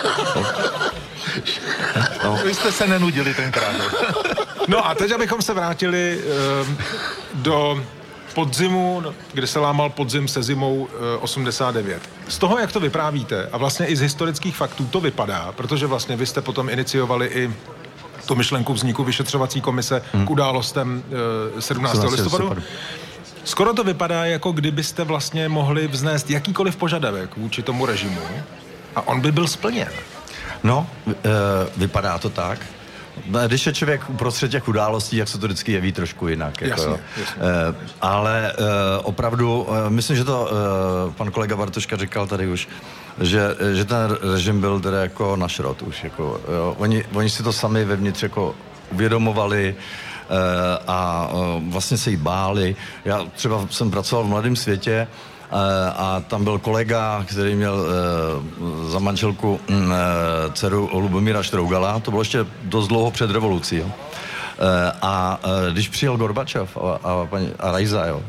No. Vy jste se nenudili tenkrát. No a teď, abychom se vrátili uh, do podzimu, kde se lámal podzim se zimou uh, osmdesát devět. Z toho, jak to vyprávíte, a vlastně i z historických faktů to vypadá, protože vlastně vy jste potom iniciovali i tu myšlenku vzniku vyšetřovací komise hmm. k událostem uh, sedmnáctého listopadu. Skoro to vypadá, jako kdybyste vlastně mohli vznést jakýkoliv požadavek vůči tomu režimu a on by byl splněn. No, e, vypadá to tak. Když je člověk uprostřed těch událostí, jak se to vždycky jeví trošku jinak. Jako, jasně, jasně. E, ale e, opravdu, e, myslím, že to e, pan kolega Bartoška říkal tady už, že, že ten režim byl teda jako na šrot už. Jako, jo. Oni, oni si to sami vevnitř jako uvědomovali, a vlastně se jí báli. Já třeba jsem pracoval v Mladém světě a tam byl kolega, který měl za manželku dceru Lubomíra Štrougala, to bylo ještě dost dlouho před revolucí. Jo. A když přijel Gorbačov a, a, paní, a Rajza, jo,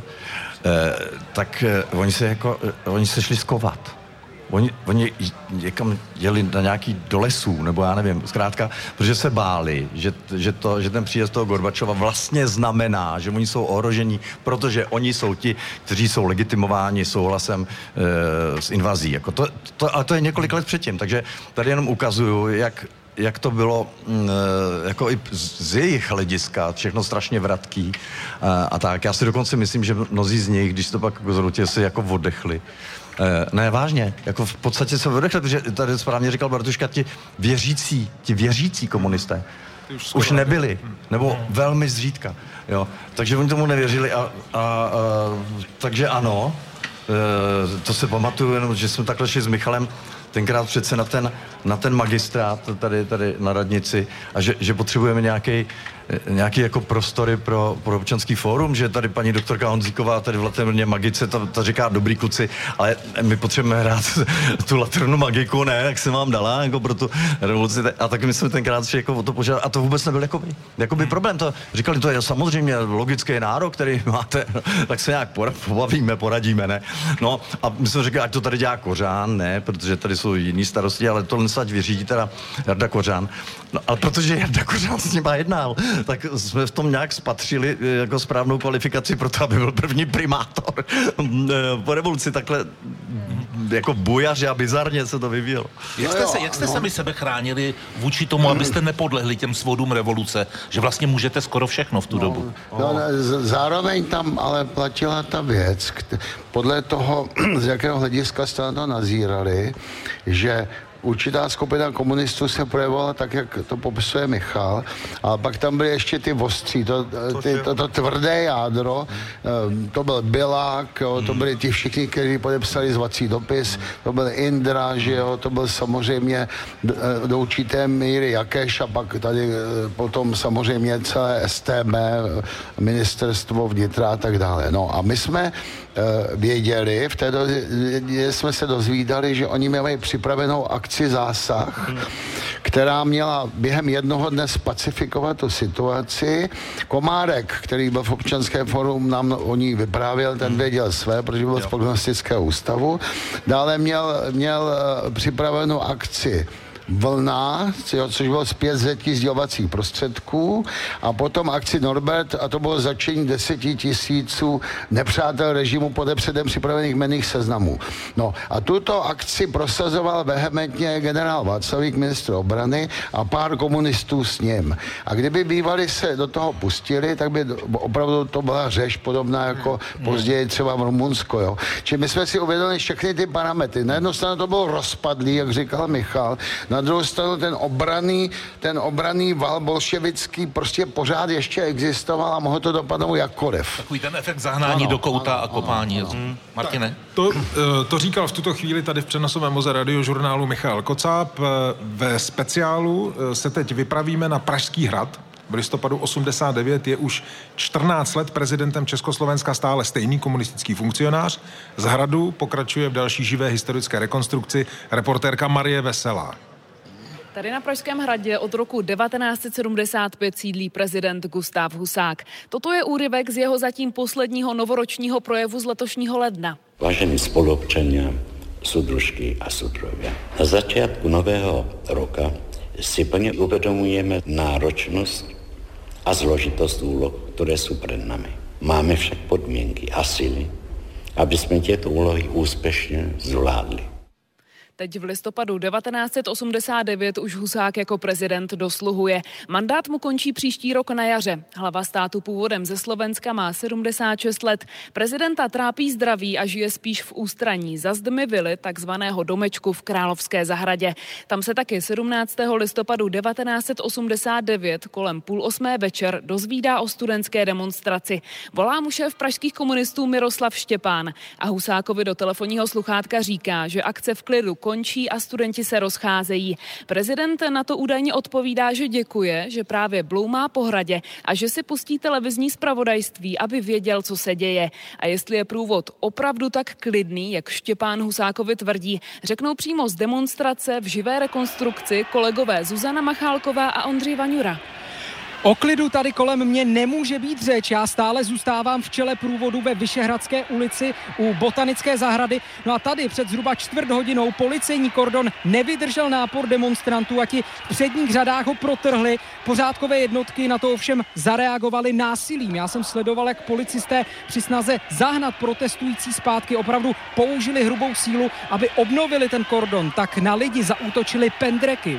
tak oni se, jako, oni se šli skovat. Oni, oni někam jeli na nějaký do lesů, nebo já nevím, zkrátka, protože se báli, že, že, to, že ten příjezd toho Gorbačova vlastně znamená, že oni jsou ohrožení, protože oni jsou ti, kteří jsou legitimováni souhlasem e, s invazí. Jako to, to, ale to je několik let předtím, takže tady jenom ukazuju, jak jak to bylo e, jako i z jejich hlediska, všechno strašně vratký a, a tak. Já si dokonce myslím, že mnozí z nich, když to pak zhrutě, si jako oddechli. E, ne, vážně, jako v podstatě se oddechli, protože tady správně říkal Bartuška, ti věřící, ti věřící komunisté už, už nebyli, nebo velmi zřídka, jo. Takže oni tomu nevěřili a, a, a takže ano, e, to se pamatuju jenom, že jsme takhle šli s Michalem tenkrát přece na ten, na ten magistrát tady, tady na radnici a že, že potřebujeme nějaký nějaký jako prostory pro, pro občanský fórum, že tady paní doktorka Honzíková tady v Laterně magice, ta, ta říká dobrý kluci, ale my potřebujeme hrát tu laternu magiku, ne, jak se vám dala, jako pro tu revoluci. A taky my jsme tenkrát si jako o to požádali, a to vůbec nebyl jakoby, jakoby problém. To říkali, to je samozřejmě logický nárok, který máte, tak se nějak pobavíme, poradíme, ne. No a my jsme řekli, ať to tady dělá Kořán, ne, protože tady jsou jiný starosti, ale tohle se ať vyřídí teda Jarda Kořán. No, ale protože Jarda Kořán s nima jednal, tak jsme v tom nějak spatřili jako správnou kvalifikaci pro to, aby byl první primátor po revoluci. Takhle jako bujaře a bizarně se to vyvíjelo. Jak jste, se, jak jste sami sebe chránili vůči tomu, abyste nepodlehli těm svodům revoluce, že vlastně můžete skoro všechno v tu no, dobu? No, zároveň tam ale platila ta věc, podle toho, z jakého hlediska jste na to nazírali, že určitá skupina komunistů se projevovala tak, jak to popisuje Michal, a pak tam byly ještě ty ostří, to, ty, to, to tvrdé jádro, to byl Bilák, jo, to byli ti všichni, kteří podepsali zvací dopis, to byl Indra, že jo, to byl samozřejmě do, do určité míry Jakeš a pak tady potom samozřejmě celé S T B, ministerstvo vnitra a tak dále. No a my jsme uh, věděli, v té době jsme se dozvídali, že oni měli připravenou akci Zásah, která měla během jednoho dne spacifikovat tu situaci. Komárek, který byl v Občanském fórum, nám o ní vyprávěl, ten věděl své, protože byl z prognostického ústavu. Dále měl, měl uh, připravenou akci Vlna, což bylo zpětvzetí sdělovacích prostředků, a potom akci Norbert, a to bylo začení deseti tisíců nepřátel režimu podle předem připravených jmenných seznamů. No a tuto akci prosazoval vehementně generál Václavík, ministr obrany, a pár komunistů s ním. A kdyby bývali se do toho pustili, tak by opravdu to byla řeš podobná jako později třeba v Rumunsko. Jo. Čili my jsme si uvědomili všechny ty parametry. Na jednu stranu to bylo rozpadlý, jak říkal Michal, na druhou stranu ten obraný, ten obraný val bolševický prostě pořád ještě existoval a mohlo to dopadnout jakkoliv. Takový ten efekt zahnání ano, do kouta ano, a kopání. Ano, ano. Hmm. Martine? To, to říkal v tuto chvíli tady v přenosovém moze Radiožurnálu Michal Kocáb. Ve speciálu se teď vypravíme na Pražský hrad. V listopadu osmdesát devět je už čtrnáct let prezidentem Československa stále stejný komunistický funkcionář. Z hradu pokračuje v další živé historické rekonstrukci reportérka Marie Veselá. Tady na Pražském hradě od roku devatenáct set sedmdesát pět sídlí prezident Gustav Husák. Toto je úryvek z jeho zatím posledního novoročního projevu z letošního ledna. Vážení spoluobčania, súdružky a súdruhovia, na začiatku nového roka si plne uvedomujeme náročnosť a zložitosť úloh, ktoré sú pred nami. Máme však podmienky a sily, aby sme tieto úlohy úspešne zvládli. Teď v listopadu devatenáct set osmdesát devět už Husák jako prezident dosluhuje. Mandát mu končí příští rok na jaře. Hlava státu původem ze Slovenska má sedmdesát šest let. Prezidenta trápí zdraví a žije spíš v ústraní za zdmi vily, takzvaného domečku v Královské zahradě. Tam se taky sedmnáctého listopadu devatenáct set osmdesát devět kolem půl osmé večer dozvídá o studentské demonstraci. Volá mu šéf pražských komunistů Miroslav Štěpán a Husákovi do telefonního sluchátka říká, že akce v klidu končí a studenti se rozcházejí. Prezident na to údajně odpovídá, že děkuje, že právě bloumá po hradě a že si pustí televizní zpravodajství, aby věděl, co se děje. A jestli je průvod opravdu tak klidný, jak Štěpán Husákovi tvrdí, řeknou přímo z demonstrace v živé rekonstrukci kolegové Zuzana Machálková a Ondřej Vaňura. O klidu tady kolem mě nemůže být řeč. Já stále zůstávám v čele průvodu ve Vyšehradské ulici u Botanické zahrady. No a tady před zhruba čtvrt hodinou policejní kordon nevydržel nápor demonstrantů a ti v předních řadách ho protrhli. Pořádkové jednotky na to ovšem zareagovaly násilím. Já jsem sledoval, jak policisté při snaze zahnat protestující zpátky opravdu použili hrubou sílu, aby obnovili ten kordon. Tak na lidi zaútočili pendreky.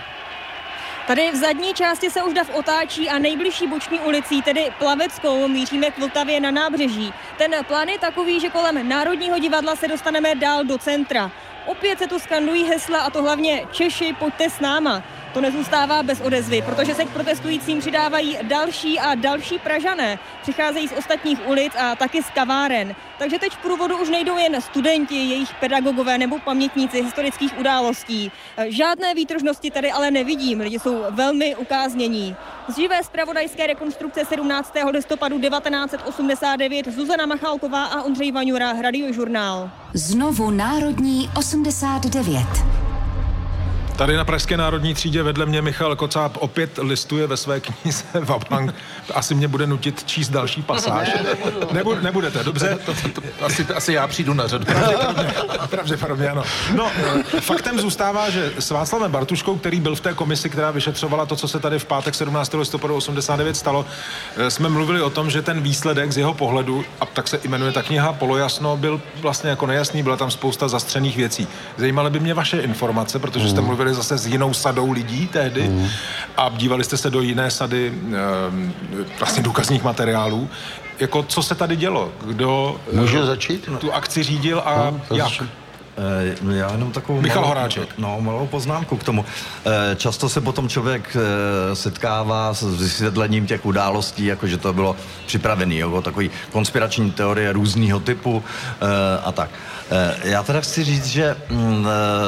Tady v zadní části se už dav otáčí a nejbližší boční ulicí, tedy Plaveckou, míříme k Vltavě na nábřeží. Ten plán je takový, že kolem Národního divadla se dostaneme dál do centra. Opět se tu skandují hesla, a to hlavně Češi, pojďte s náma. To nezůstává bez odezvy, protože se k protestujícím přidávají další a další Pražané. Přicházejí z ostatních ulic a taky z kaváren. Takže teď v průvodu už nejdou jen studenti, jejich pedagogové nebo pamětníci historických událostí. Žádné výtržnosti tady ale nevidím, lidi jsou velmi ukáznění. Z živé zpravodajské rekonstrukce sedmnáctého listopadu devatenáct set osmdesát devět Zuzana Machálková a Ondřej Vaňura, Radiožurnál. Znovu Národní osmdesát devět. Tady na Pražské národní třídě vedle mě Michal Kocáb opět listuje ve své knize Vabank. Asi mě bude nutit číst další pasáž. Nebu, nebudete, dobře? To, to, to, to, asi, asi já přijdu na řadu. Pravděpodobně, ano. No, faktem zůstává, že s Václavem Bartuškou, který byl v té komisi, která vyšetřovala to, co se tady v pátek sedmnáctého listopadu osmdesát devět stalo, jsme mluvili o tom, že ten výsledek z jeho pohledu, a tak se jmenuje ta kniha Polojasno, byl vlastně jako nejasný, byla tam spousta zastřených věcí. Zajímaly by mě vaše informace, protože jste mluvili zase s jinou sadou lidí tehdy mm. a dívali jste se do jiné sady e, vlastně důkazních materiálů. Jako co se tady dělo? Kdo Můžu začít? Tu akci řídil a no, jak? E, já jenom takovou Michal malou, Horáček. No, malou poznámku k tomu. E, často se potom člověk e, setkává s vysvětlením těch událostí, jako že to bylo připravený, jo, takový konspirační teorie různýho typu e, a tak. E, já teda chci říct, že mm,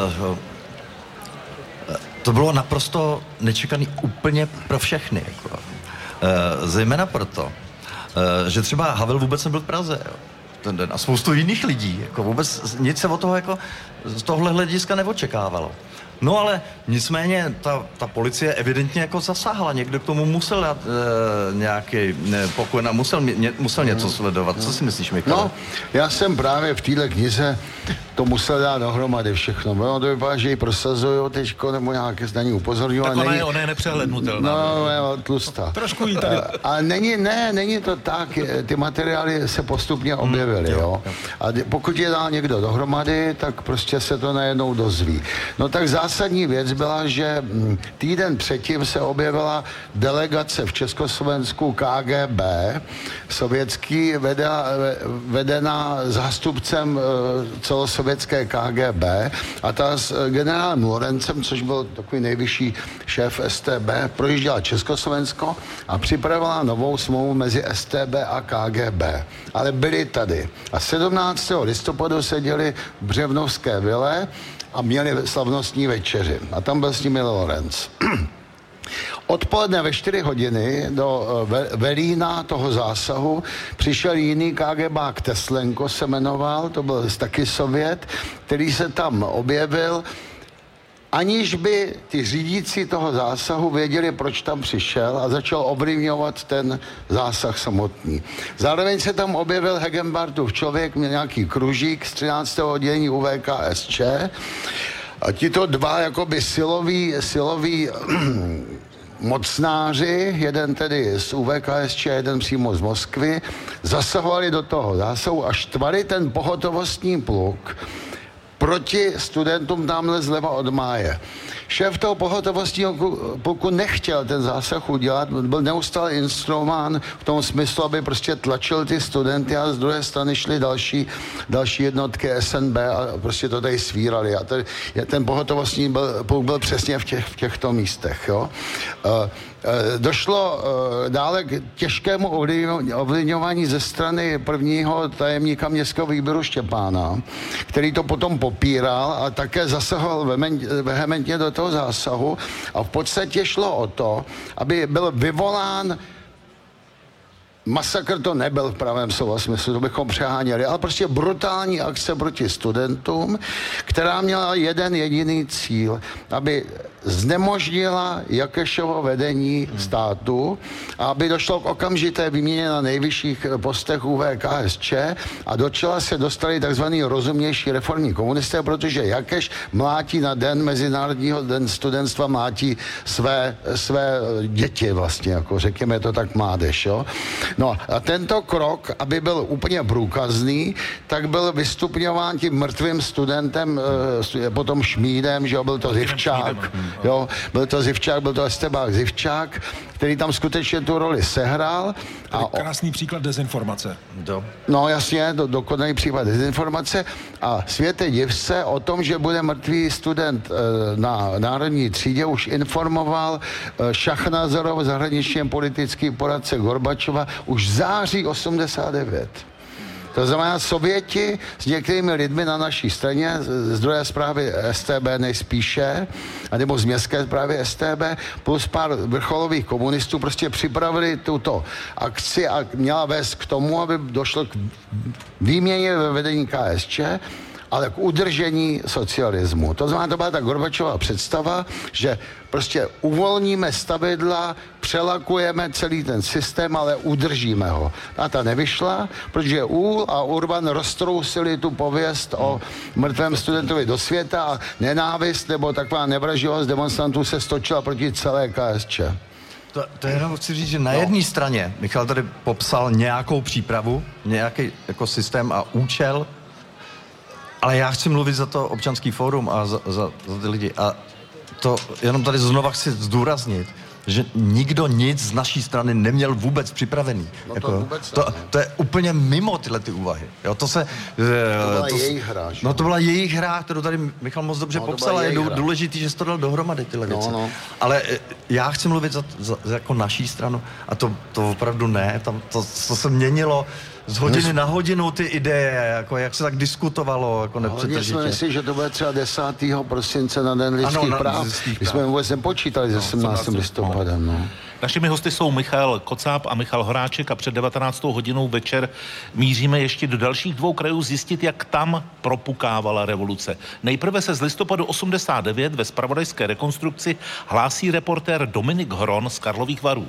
e, to bylo naprosto nečekaný úplně pro všechny. Jako. E, zejména proto, e, že třeba Havel vůbec nebyl v Praze, jo. Ten den. A spoustu jiných lidí, jako vůbec nic se od toho jako z tohle hlediska neočekávalo. No ale nicméně ta, ta policie evidentně jako zasáhla, někdo k tomu musel dát e, nějaký ne, pokoj a musel, ně, musel něco sledovat. Co si myslíš, Michal? No, já jsem právě v téhle knize to musel dát dohromady všechno. No, to vypadá, že ji prosazují teďko, nebo nějaké na ní upozorňují. Tak ona, není... je, ona je nepřehlednutelná. No, je tlustá. Trošku jí tady... Ale není, ne, není to tak. Ty materiály se postupně objevily, hmm, jo. jo. A pokud je dá někdo dohromady, tak prostě se to najednou dozví. No tak zásadní věc byla, že týden předtím se objevila delegace v Československu K G B, sovětský, vedená, vedená zástupcem celosovětské K G B a ta s generálem Lorencem, což byl takový nejvyšší šéf S T B, projížděla Československo a připravila novou smlouvu mezi S T B a K G B. Ale byli tady. A sedmnáctého listopadu seděli v Břevnovské vile a měli slavnostní večeři. A tam byl s nimi Lorenc. Odpoledne ve čtyři hodiny do velína toho zásahu přišel jiný KGBák Teslenko se jmenoval, to byl taky Sovět, který se tam objevil, aniž by ty řídící toho zásahu věděli, proč tam přišel a začal ovlivňovat ten zásah samotný. Zároveň se tam objevil Hegenbartův člověk, měl nějaký kružík z třináctého oddělení U V K S Č. A tito dva jakoby siloví, siloví mocnáři, jeden tedy z U V K S Č, jeden přímo z Moskvy, zasahovali do toho zásahu a štvali ten pohotovostní pluk proti studentům tamhle zleva od máje. Šéf toho pohotovostního pluku nechtěl ten zásah udělat, byl neustále instruován v tom smyslu, aby prostě tlačil ty studenty a z druhé strany šly další, další jednotky S N B a prostě to tady svírali. A ten, ten pohotovostní byl, pluk byl přesně v, těch, v těchto místech. Jo. Došlo dále k těžkému ovlivňování ze strany prvního tajemníka městského výběru Štěpána, který to potom popíral a také zasahoval vehementně do toho zásahu a v podstatě šlo o to, aby byl vyvolán masakr, to nebyl v pravém slova smyslu, to bychom přeháněli, ale prostě brutální akce proti studentům, která měla jeden jediný cíl, aby znemožnila Jakešovo vedení státu a aby došlo k okamžité výměně na nejvyšších postech U V K S Č a do čela se dostali takzvaný rozumnější reformní komunisté, protože Jakeš mlátí na den Mezinárodního den studentstva, mlátí své, své děti vlastně, jako řekněme to tak mládež, jo. No a tento krok, aby byl úplně průkazný, tak byl vystupňován tím mrtvým studentem, potom Šmídem, že jo, byl to Zivčák, jo, byl to Zivčák, byl to Estebák Zivčák, který tam skutečně tu roli sehrál. A krásný příklad dezinformace. Do. No jasně, do, dokonalý příklad dezinformace a světe div se o tom, že bude mrtvý student e, na národní třídě, už informoval e, Šachnazarov, zahraničně politický poradce Gorbačova, už v září osmdesát devět. To znamená, Sověti s některými lidmi na naší straně, z druhé zprávy S T B nejspíše, anebo z městské zprávy S T B, plus pár vrcholových komunistů prostě připravili tuto akci a měla vést k tomu, aby došlo k výměně ve vedení K S Č, ale k udržení socialismu. To znamená, to byla ta Gorbačová představa, že prostě uvolníme stavidla, přelakujeme celý ten systém, ale udržíme ho. A ta nevyšla, protože Uhl a Urban roztrousili tu pověst o mrtvém studentovi do světa a nenávist nebo taková nevraživost demonstrantů se stočila proti celé K S Č. To, to jenom chci říct, že na jedné straně Michal tady popsal nějakou přípravu, nějaký jako systém a účel, ale já chci mluvit za to občanský fórum a za, za, za ty lidi. A to jenom tady znova chci zdůraznit, že nikdo nic z naší strany neměl vůbec připravený. No to, jako, vůbec to, ne. to je úplně mimo tyhle ty úvahy. Jo, to se... To byla to, jejich hra. No to byla jejich hra, kterou tady Michal moc dobře no, popsal a je důležitý, že jsi to dal dohromady tyhle no, věci. No. Ale já chci mluvit za, za, za jako naší stranu a to, to opravdu ne, tam to, to se měnilo z hodiny na hodinu ty ideje, jako jak se tak diskutovalo, jako nepřetržitě. Hodně jsme mysleli, že to bude třeba desátého prosince na Den lidských ano, práv. My jsme vůbec nepočítali se sedmnáctým listopadem. No. Našimi hosty jsou Michal Kocáb a Michal Horáček a před devatenáctou hodinou večer míříme ještě do dalších dvou krajů zjistit, jak tam propukávala revoluce. Nejprve se z listopadu osmdesát devět ve zpravodajské rekonstrukci hlásí reportér Dominik Hron z Karlových Varů.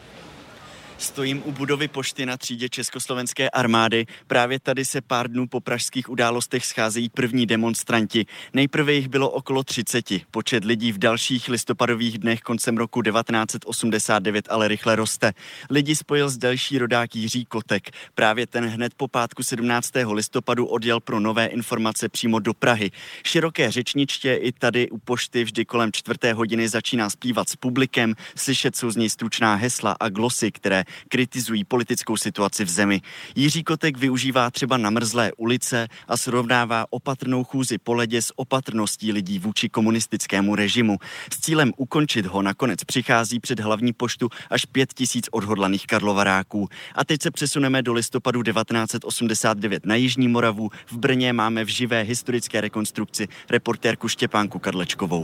Stojím u budovy pošty na třídě Československé armády. Právě tady se pár dnů po pražských událostech scházejí první demonstranti. Nejprve jich bylo okolo třiceti. Počet lidí v dalších listopadových dnech koncem roku devatenáct set osmdesát devět ale rychle roste. Lidi spojil s další rodák Jiří Kotek. Právě ten hned po pátku sedmnáctého listopadu odjel pro nové informace přímo do Prahy. Široké řečniště i tady u pošty vždy kolem čtvrté hodiny začíná zpívat s publikem. Slyšet jsou z něj stručná hesla a glosy, které kritizují politickou situaci v zemi. Jiří Kotek využívá třeba namrzlé ulice a srovnává opatrnou chůzi po ledě s opatrností lidí vůči komunistickému režimu. S cílem ukončit ho nakonec přichází před hlavní poštu až pět tisíc odhodlaných karlovaráků. A teď se přesuneme do listopadu devatenáct set osmdesát devět na Jižní Moravu. V Brně máme v živé historické rekonstrukci reportérku Štěpánku Kadlečkovou.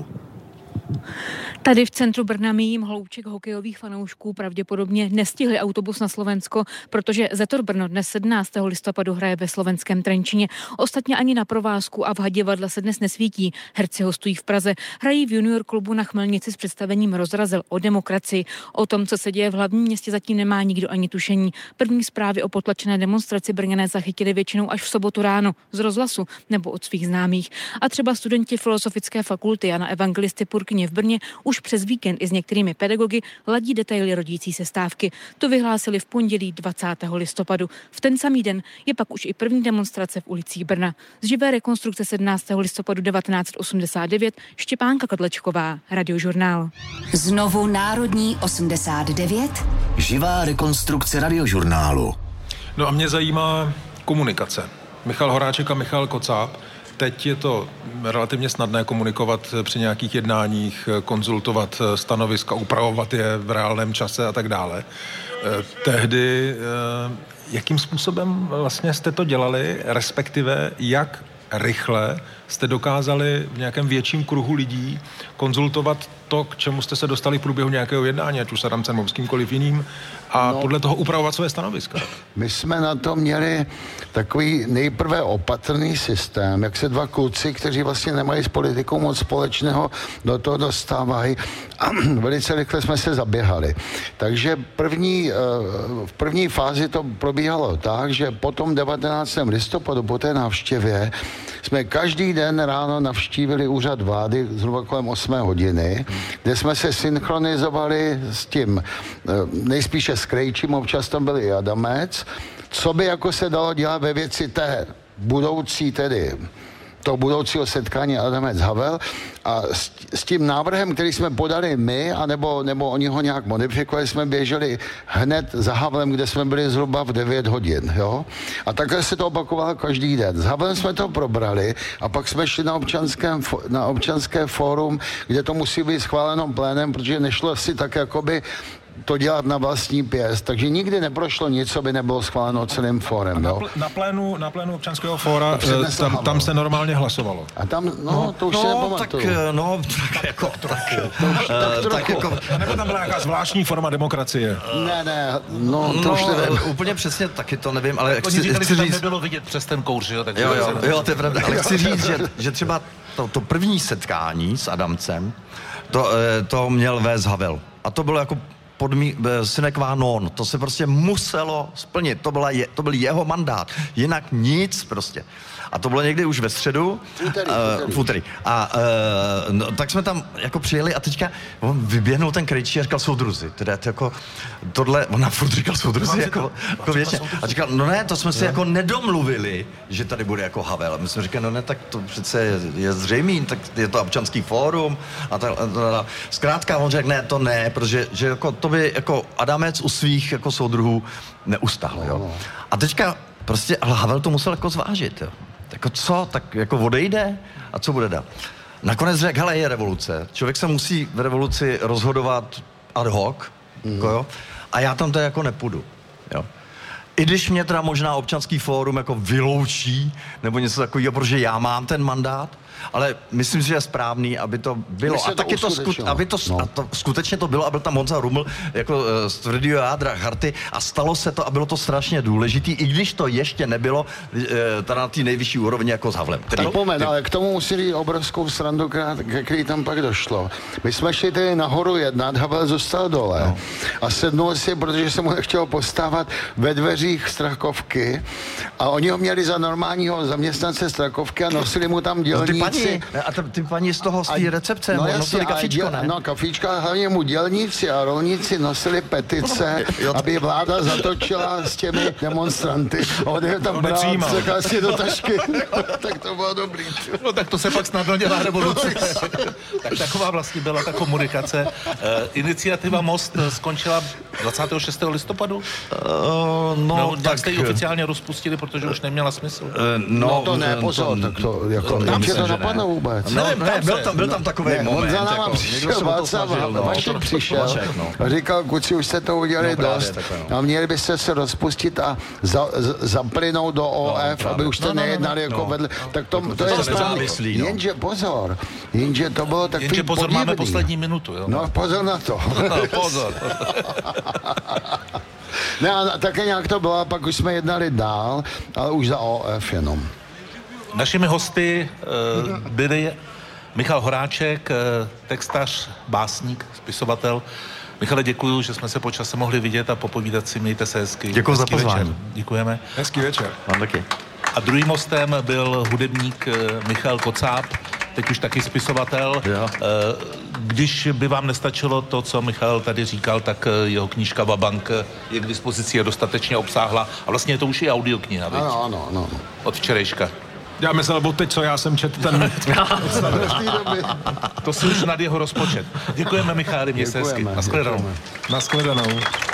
Tady v centru Brna míjím hlouček hokejových fanoušků pravděpodobně nestihli autobus na Slovensko, protože Zetor Brno dnes sedmnáctého listopadu hraje ve slovenském Trenčíně. Ostatně ani na provázku a v Hadivadle se dnes nesvítí. Herci hostují v Praze, hrají v junior klubu na Chmelnici s představením Rozrazel o demokracii. O tom, co se děje v hlavním městě, zatím nemá nikdo ani tušení. První zprávy o potlačené demonstraci Brňané zachytili většinou až v sobotu ráno z rozhlasu nebo od svých známých. A třeba studenti Filozofické fakulty Jana Evangelisty Purkyně v Brně už přes víkend i s některými pedagogy ladí detaily rodící se stávky. To vyhlásili v pondělí dvacátého listopadu. V ten samý den je pak už i první demonstrace v ulicích Brna. Z živé rekonstrukce sedmnáctého listopadu devatenáct set osmdesát devět Štěpánka Kadlečková, Radiožurnál. Znovu Národní osmdesát devět. Živá rekonstrukce Radiožurnálu. No a mě zajímá komunikace. Michal Horáček a Michal Kocáb. Teď je to relativně snadné komunikovat při nějakých jednáních, konzultovat stanoviska, upravovat je v reálném čase a tak dále. Tehdy, jakým způsobem vlastně jste to dělali, respektive jak rychle jste dokázali v nějakém větším kruhu lidí konzultovat to, k čemu jste se dostali v průběhu nějakého jednání, ať už s Adamcem nebo s kýmkoliv jiným, a no, podle toho upravovat své stanoviska? My jsme na to měli takový nejprve opatrný systém, jak se dva kluci, kteří vlastně nemají s politikou moc společného, do toho dostávají a velice rychle jsme se zaběhali. Takže první, v první fázi to probíhalo tak, že po tom devatenáctého listopadu, po té návštěvě, jsme každý den ráno navštívili úřad vlády zhruba kolem osmé hodiny, kde jsme se synchronizovali s tím nejspíše s Krejčím, občas tam byl i Adamec, co by jako se dalo dělat ve věci té budoucí tedy toho budoucího setkání Adamec Havel a s, s tím návrhem, který jsme podali my, anebo, nebo oni ho nějak modifikovali, jsme běželi hned za Havlem, kde jsme byli zhruba v devět hodin, jo? A takhle se to opakovalo každý den. S Havlem jsme to probrali a pak jsme šli na, občanském, na občanské fórum, kde to musí být schváleno plénem, protože nešlo si tak jakoby to dělat na vlastní pěst, takže nikdy neprošlo nic, co by nebylo schváleno celým fórem. Na, pl- na, plénu, na plénu občanského fóra tam, tam se normálně hlasovalo. A tam, no, no to už no, se nepamatuju. Tak, no, tak jako trochu. Tak, tak jako... A nebo tam byla nějaká zvláštní forma demokracie? Ne, ne, no, to no, už nevím. Úplně přesně taky to nevím, ale chci, říkali, chci říct... nebylo vidět přes ten kouř, jo? Takže jo, jo, jo, to je pravda, ale chci říct, že, že třeba to, to první setkání s Adamcem, to, to měl vést Havel. A to bylo jako podmí, sine qua non. To se prostě muselo splnit. To, byla je, to byl jeho mandát. Jinak nic prostě. A to bylo někdy už ve středu. Úterý, uh, v úterý. A uh, no, tak jsme tam jako přijeli a teďka on vyběhnul ten Krejčí a říkal soudruzi. Teda to jako tohle, on nám furt říkal soudruzi jako, jako většině. A říkal, no ne, to jsme si jako nedomluvili, že tady bude jako Havel. A my jsme říkali, no ne, tak to přece je, je zřejmý, tak je to občanský fórum. A tak, a zkrátka on řekl, ne, to ne, protože že jako to by jako Adamec u svých jako soudruhů neustál, jo. A teďka prostě, ale Havel to musel jako zvážit, jo. Jako co, tak jako odejde a co bude dál? Nakonec řekl, hele, je revoluce. Člověk se musí v revoluci rozhodovat ad hoc, mm. jako jo, a já tam to jako nepůjdu, jo. I když mě teda možná občanský fórum jako vyloučí, nebo něco takového, protože já mám ten mandát, ale myslím si, že je správný, aby to bylo. A taky to, skut, aby to, no. a to skutečně to bylo, a byl tam Honza Ruml jako uh, z tvrdýho jádra Charty a stalo se to a bylo to strašně důležitý, i když to ještě nebylo uh, teda na té nejvyšší úrovni jako s Havlem. Který, tak pomen, ty... ale k tomu musí obrovskou srandu, ke který tam pak došlo. My jsme šli tady nahoru jednat, Havel zůstal dole no. a sednul si, protože se mu nechtěl postávat ve dveřích Strakovky a oni ho měli za normálního zaměstnance Strakovky a nosili mu tam dělníci. No a ty paní z toho, z té recepce, no nosili kafíčko, ne? No kafíčka, hlavně mu dělníci a rolníci nosili petice, aby vláda zatočila s těmi demonstranty. A on je tam brát, řekl si do tašky. Tak to bylo dobrý. No tak to se pak snadno dělá revoluce. Tak taková vlastně byla ta komunikace. E, iniciativa Most skončila dvacátého šestého listopadu? Uh, no, no tak jste ji tak... oficiálně rozpustili, protože už neměla smysl. Uh, no, no to ne, pozor, to, to, to jako... Tam se to napadlo vůbec. No, ne, byl tam, byl tam takový ne, moment. On za náma jako, přišel, Václav Vašek přišel a říkal, kuci, už jste to udělali no, dost takové, no. a měli byste se rozpustit a za, z, zaplynout do O F, no, aby už to no, nejednali no, jako no. vedle. Tak to, to, to je správně. No. Jenže pozor, jenže to bylo takový Jenže pozor, podivný. Máme poslední minutu, jo? No, pozor na to. Pozor. Ne, a také nějak to bylo, a pak už jsme jednali dál, ale už za O F jenom. Našimi hosty uh, byli Michal Horáček, uh, textař, básník, spisovatel. Michale, děkuju, že jsme se po čase mohli vidět a popovídat si, mějte se hezky. Děkuji za pozvání. Večer. Děkujeme. Hezký večer. Vám taky. A druhým hostem byl hudebník uh, Michal Kocáb, teď už taky spisovatel. Jo. Když by vám nestačilo to, co Michal tady říkal, tak jeho knížka Vabank je k dispozici, je dostatečně obsáhla. A vlastně je to už i audiokniha, viď? Ano, ano, ano. Od včerejška. Já myslel, bo teď, co já jsem četl ten... To si už nad jeho rozpočet. Děkujeme, Micháli, měj se hezky. Naschledanou. Naschledanou.